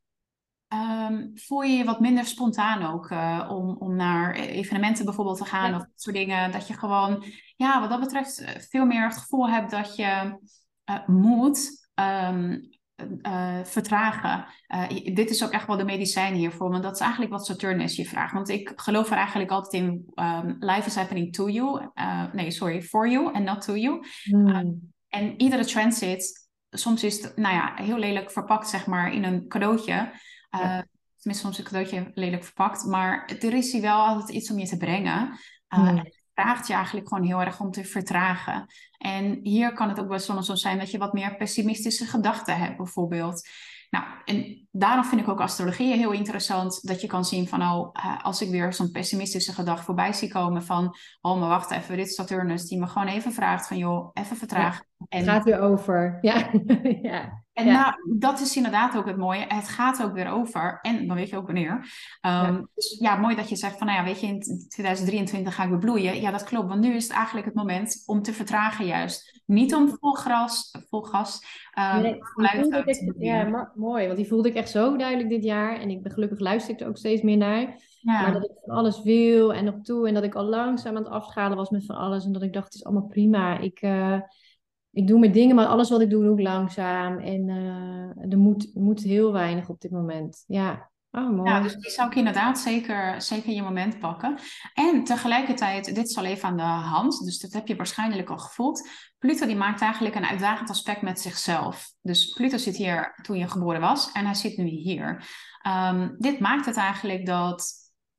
Um, voel je je wat minder spontaan ook uh, om, om naar evenementen bijvoorbeeld te gaan Ja. of dat soort dingen. Dat je gewoon, ja, wat dat betreft veel meer het gevoel hebt dat je uh, moet um, uh, vertragen. Uh, dit is ook echt wel de medicijn hiervoor, want dat is eigenlijk wat Saturnus je vraagt. Want ik geloof er eigenlijk altijd in, um, life is happening to you. Uh, nee, sorry, for you and not to you. Hmm. Uh, en iedere transit, soms is het, nou ja, heel lelijk verpakt, zeg maar, in een cadeautje. Uh, Ja. tenminste, soms een cadeautje lelijk verpakt. Maar er is hier wel altijd iets om je te brengen. Uh, Hmm. en het vraagt je eigenlijk gewoon heel erg om te vertragen. En hier kan het ook best wel zo zijn dat je wat meer pessimistische gedachten hebt, bijvoorbeeld. Nou, en daarom vind ik ook astrologie heel interessant. Dat je kan zien van, oh, uh, als ik weer zo'n pessimistische gedachte voorbij zie komen van, oh, maar wacht even, dit is Saturnus die me gewoon even vraagt van, joh, even vertragen. Ja. Het En gaat weer over. Ja. Ja. En Ja. nou, dat is inderdaad ook het mooie. Het gaat ook weer over. En dan weet je ook wanneer. Ja. Um, dus ja, mooi dat je zegt van, nou ja, weet je, in twintig drieëntwintig ga ik weer bloeien. Ja, dat klopt. Want nu is het eigenlijk het moment om te vertragen juist. Niet om vol gras, vol gas, um, Nee, die voluit voelde ik uh, te echt, ja, bloeien. mo- mooi. Want die voelde ik echt zo duidelijk dit jaar. En ik ben gelukkig luister ik er ook steeds meer naar. Maar dat Ja. ik van alles wil en op toe. En dat ik al langzaam aan het afschalen was met van alles. En dat ik dacht, het is allemaal prima. Ik, eh, ik doe mijn dingen, maar alles wat ik doe, doe ik langzaam. En eh, er moet, er moet heel weinig op dit moment. Ja, oh, Ja, mooi. dus die zou ik inderdaad zeker, zeker je moment pakken. En tegelijkertijd, dit is al even aan de hand, dus dat heb je waarschijnlijk al gevoeld. Pluto die maakt eigenlijk een uitdagend aspect met zichzelf. Dus Pluto zit hier toen je geboren was en hij zit nu hier. Um, dit maakt het eigenlijk dat,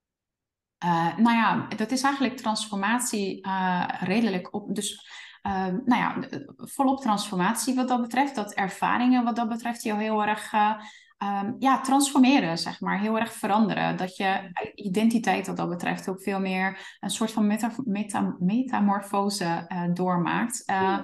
uh, nou ja, dat is eigenlijk transformatie uh, redelijk op. Dus uh, nou ja, volop transformatie wat dat betreft. Dat ervaringen wat dat betreft jou heel erg uh, um, ja, transformeren, zeg maar. Heel erg veranderen. Dat je identiteit wat dat betreft ook veel meer een soort van meta meta metamorfose uh, doormaakt. Uh,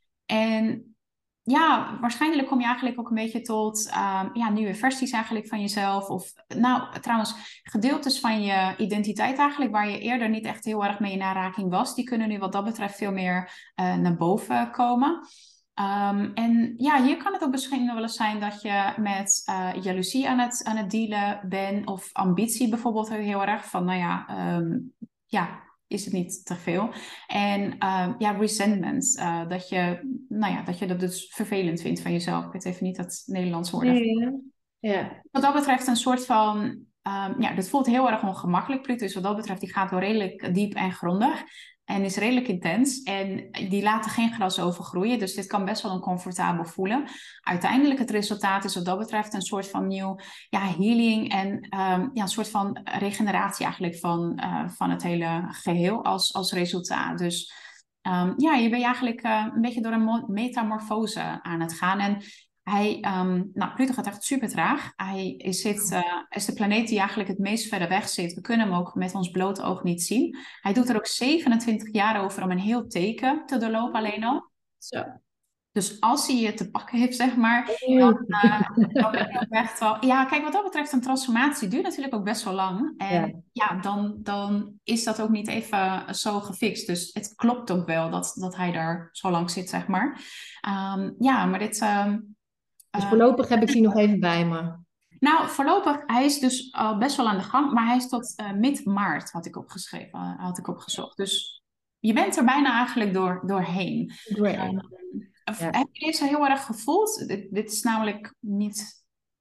en ja, waarschijnlijk kom je eigenlijk ook een beetje tot um, ja, nieuwe versies eigenlijk van jezelf. Of nou, trouwens, gedeeltes van je identiteit eigenlijk, waar je eerder niet echt heel erg mee in aanraking was, die kunnen nu wat dat betreft veel meer uh, naar boven komen. Um, en ja, hier kan het ook misschien nog wel eens zijn dat je met uh, jaloezie aan het, aan het dealen bent. Of ambitie bijvoorbeeld heel erg. Van nou ja, um, ja, is het niet te veel. En uh, ja, resentment. Uh, dat, je, nou ja, dat je dat dus vervelend vindt van jezelf. Ik weet even niet dat Nederlands woord ervoor. Ja. Ja. Wat dat betreft een soort van... Um, ja, dat voelt heel erg ongemakkelijk. Pluto is wat dat betreft, die gaat wel redelijk diep en grondig. En is redelijk intens. En die laten geen gras overgroeien. Dus dit kan best wel oncomfortabel voelen. Uiteindelijk het resultaat is wat dat betreft een soort van nieuw ja, healing. En um, ja, een soort van regeneratie eigenlijk van, uh, van het hele geheel als, als resultaat. Dus um, ja, je bent eigenlijk uh, een beetje door een metamorfose aan het gaan. En hij, um, nou, Pluto gaat echt super traag. Hij is, zit, uh, is de planeet die eigenlijk het meest verder weg zit. We kunnen hem ook met ons blote oog niet zien. Hij doet er ook zevenentwintig jaar over om een heel teken te doorlopen alleen al. Zo. Dus als hij je te pakken heeft, zeg maar, dan, uh, dan ben je ook echt wel... Ja, kijk, wat dat betreft, een transformatie duurt natuurlijk ook best wel lang. En Ja. ja, dan, dan is dat ook niet even zo gefixt. Dus het klopt ook wel dat, dat hij daar zo lang zit, zeg maar. Um, ja, maar dit... Um, Dus uh, voorlopig heb ik die nog even bij me. nou, voorlopig, hij is dus al best wel aan de gang, maar hij is tot uh, mid-maart, had ik opgeschreven, uh, had ik opgezocht. Dus je bent er bijna eigenlijk door, doorheen. Doorheen. Um, Ja. heb je deze heel erg gevoeld? Dit, dit is namelijk niet...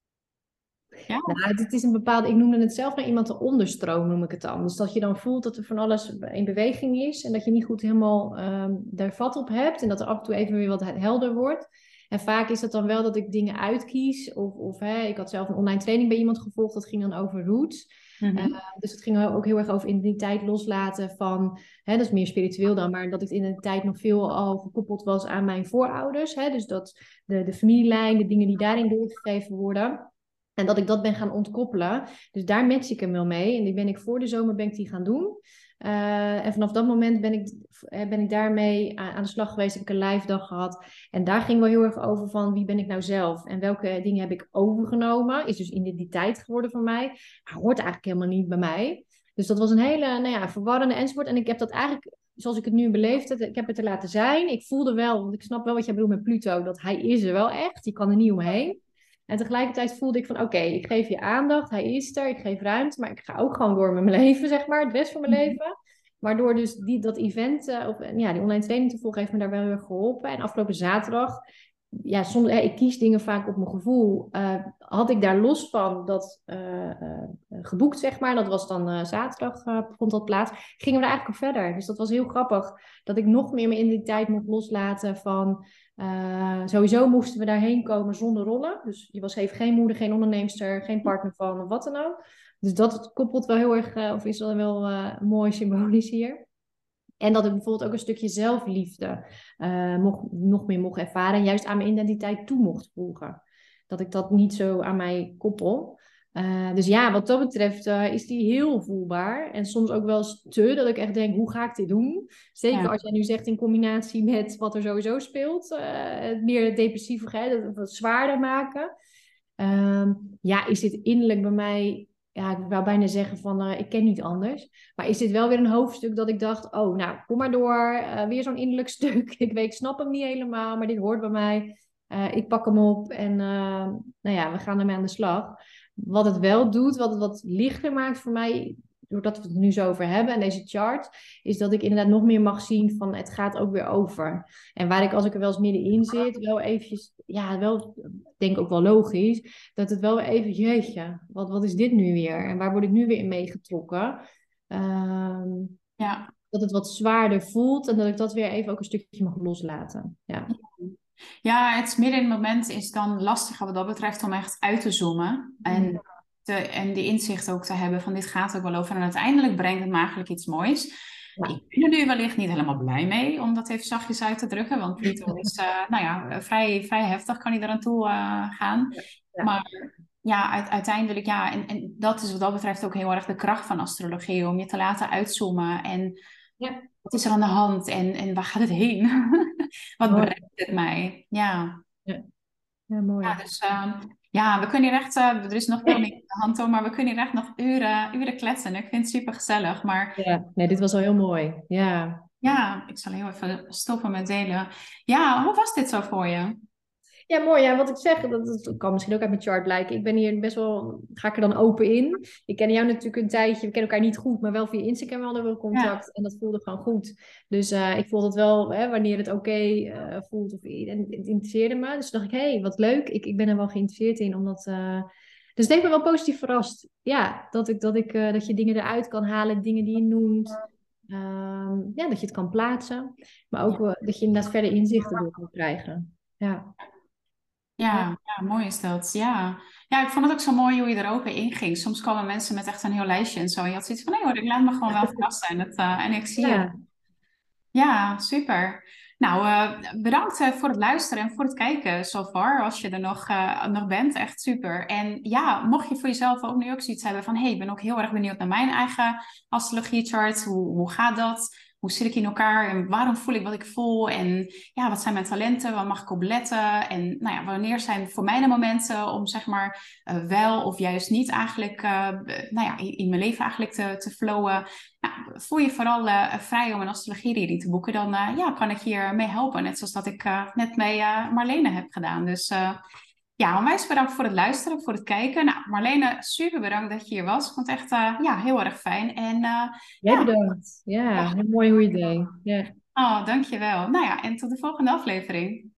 Ja? Nou, het is een bepaalde, ik noemde het zelf naar iemand de onderstroom, noem ik het dan. Dus dat je dan voelt dat er van alles in beweging is en dat je niet goed helemaal um, daar vat op hebt en dat er af en toe even weer wat helder wordt. En vaak is het dan wel dat ik dingen uitkies. Of, of hè, ik had zelf een online training bij iemand gevolgd, dat ging dan over roots. Mm-hmm. Uh, dus het ging ook heel erg over identiteit loslaten van, hè, dat is meer spiritueel dan, maar dat ik in de tijd nog veel al gekoppeld was aan mijn voorouders. Hè, dus dat de, de familielijn, de dingen die daarin doorgegeven worden. En dat ik dat ben gaan ontkoppelen. Dus daar match ik hem wel mee. En die ben ik voor de zomer ben ik die gaan doen. Uh, en vanaf dat moment ben ik, ben ik daarmee aan de slag geweest. Heb ik een live dag gehad. En daar ging wel heel erg over van wie ben ik nou zelf? En welke dingen heb ik overgenomen? Is dus identiteit geworden van mij. Maar hoort eigenlijk helemaal niet bij mij. Dus dat was een hele nou ja, verwarrende enzovoort. En ik heb dat eigenlijk, zoals ik het nu beleefd heb, ik heb het te laten zijn. Ik voelde wel, want ik snap wel wat jij bedoelt met Pluto, dat hij is er wel echt. Je kan er niet omheen. En tegelijkertijd voelde ik van oké, okay, ik geef je aandacht, hij is er, ik geef ruimte, maar ik ga ook gewoon door met mijn leven, zeg maar, het rest van mijn leven. Waardoor dus die, dat event, uh, of ja, die online training te volgen, heeft me daar wel heel erg geholpen. En afgelopen zaterdag, ja, soms, eh, ik kies dingen vaak op mijn gevoel, uh, had ik daar los van dat uh, uh, geboekt, zeg maar. Dat was dan uh, zaterdag, uh, vond dat plaats. Gingen we er eigenlijk op verder. Dus dat was heel grappig, dat ik nog meer mijn identiteit mocht loslaten van... Uh, sowieso moesten we daarheen komen zonder rollen. Dus je was even geen moeder, geen onderneemster, geen partner van of wat dan ook. Dus dat koppelt wel heel erg, uh, of is wel, wel uh, mooi symbolisch hier. En dat ik bijvoorbeeld ook een stukje zelfliefde uh, mocht, nog meer mocht ervaren. En juist aan mijn identiteit toe mocht voegen. Dat ik dat niet zo aan mij koppel. Uh, dus ja, wat dat betreft uh, is die heel voelbaar. En soms ook wel eens te, dat ik echt denk, hoe ga ik dit doen? Zeker Ja. als jij nu zegt in combinatie met wat er sowieso speelt. Uh, meer depressief, hè, dat wat zwaarder maken. Um, ja, is dit innerlijk bij mij... Ja, ik wou bijna zeggen van, uh, ik ken niet anders. Maar is dit wel weer een hoofdstuk dat ik dacht... Oh, nou, kom maar door. Uh, weer zo'n innerlijk stuk. ik weet, ik snap hem niet helemaal, maar dit hoort bij mij. Uh, ik pak hem op en uh, nou ja, we gaan ermee aan de slag. Wat het wel doet, wat het wat lichter maakt voor mij, doordat we het nu zo over hebben en deze chart, is dat ik inderdaad nog meer mag zien van het gaat ook weer over. En waar ik, als ik er wel eens middenin zit, wel eventjes, ja, wel, denk ook wel logisch, dat het wel weer even, jeetje, wat, wat is dit nu weer? En waar word ik nu weer in meegetrokken? Um, Ja. Dat het wat zwaarder voelt en dat ik dat weer even ook een stukje mag loslaten. Ja. Ja, het midden in het moment is dan lastiger wat dat betreft om echt uit te zoomen. En, te, en die inzicht ook te hebben van dit gaat ook wel over. En uiteindelijk brengt het me eigenlijk iets moois. Ja. Ik ben er nu wellicht niet helemaal blij mee om dat even zachtjes uit te drukken. Want Pluto is uh, nou ja, vrij, vrij heftig, kan hij eraan toe uh, gaan. Ja. Ja. Maar ja, uit, uiteindelijk ja. En, en dat is wat dat betreft ook heel erg de kracht van astrologie. Om je te laten uitzoomen en... Ja. Wat is er aan de hand en, en waar gaat het heen? Wat mooi. Brengt het mij? Ja. Ja, ja mooi. Ja, dus uh, ja, we kunnen hier echt, uh, er is nog veel meer aan de hand, hoor, maar we kunnen hier echt nog uren, uren kletsen. Ik vind het super gezellig. Maar ja, nee, dit was al heel mooi. Ja. Ja, ik zal heel even stoppen met delen. Ja, hoe was dit zo voor je? Ja, mooi. Ja, wat ik zeg, dat, dat kan misschien ook uit mijn chart blijken. Ik ben hier best wel, ga ik er dan open in. Ik ken jou natuurlijk een tijdje, we kennen elkaar niet goed, maar wel via Instagram hadden we contact. Ja. En dat voelde gewoon goed. Dus uh, ik voelde het wel, hè, wanneer het oké okay, uh, voelt. Of, en het interesseerde me. Dus dacht ik, hé, hey, wat leuk. Ik, ik ben er wel geïnteresseerd in, omdat... Uh, dus het heeft me wel positief verrast. Ja, dat, ik, dat, ik, uh, dat je dingen eruit kan halen, dingen die je noemt. Um, ja, dat je het kan plaatsen. Maar ook uh, dat je inderdaad verder inzichten door kan krijgen. Ja. Ja, ja, mooi is dat. Ja. Ja, ik vond het ook zo mooi hoe je er open in ging. Soms komen mensen met echt een heel lijstje en zo. En je had zoiets van, nee hoor, ik laat me gewoon wel verrast zijn. Dat, uh, en ik zie ja. het. Ja, super. Nou, uh, bedankt uh, voor het luisteren en voor het kijken so far. Als je er nog, uh, nog bent, echt super. En ja, mocht je voor jezelf ook nu ook zoiets hebben van... hey, ik ben ook heel erg benieuwd naar mijn eigen astrologie-chart. Hoe, hoe gaat dat? Hoe zit ik in elkaar en waarom voel ik wat ik voel? En ja, wat zijn mijn talenten? Waar mag ik op letten? En nou ja, wanneer zijn voor mij de momenten om zeg maar uh, wel of juist niet eigenlijk, uh, nou ja, in, in mijn leven eigenlijk te, te flowen? Nou, voel je vooral uh, vrij om een astrologie-reading te boeken, dan uh, ja, kan ik hier mee helpen. Net zoals dat ik uh, net met uh, Marlene heb gedaan. Dus uh, ja, onwijs bedankt voor het luisteren, voor het kijken. Nou, Marlene, super bedankt dat je hier was. Ik vond het echt uh, ja, heel erg fijn. En, uh, Jij ja, bedankt. Ja, heel mooi hoe je deed. Ja. Oh, dankjewel. Nou ja, en tot de volgende aflevering.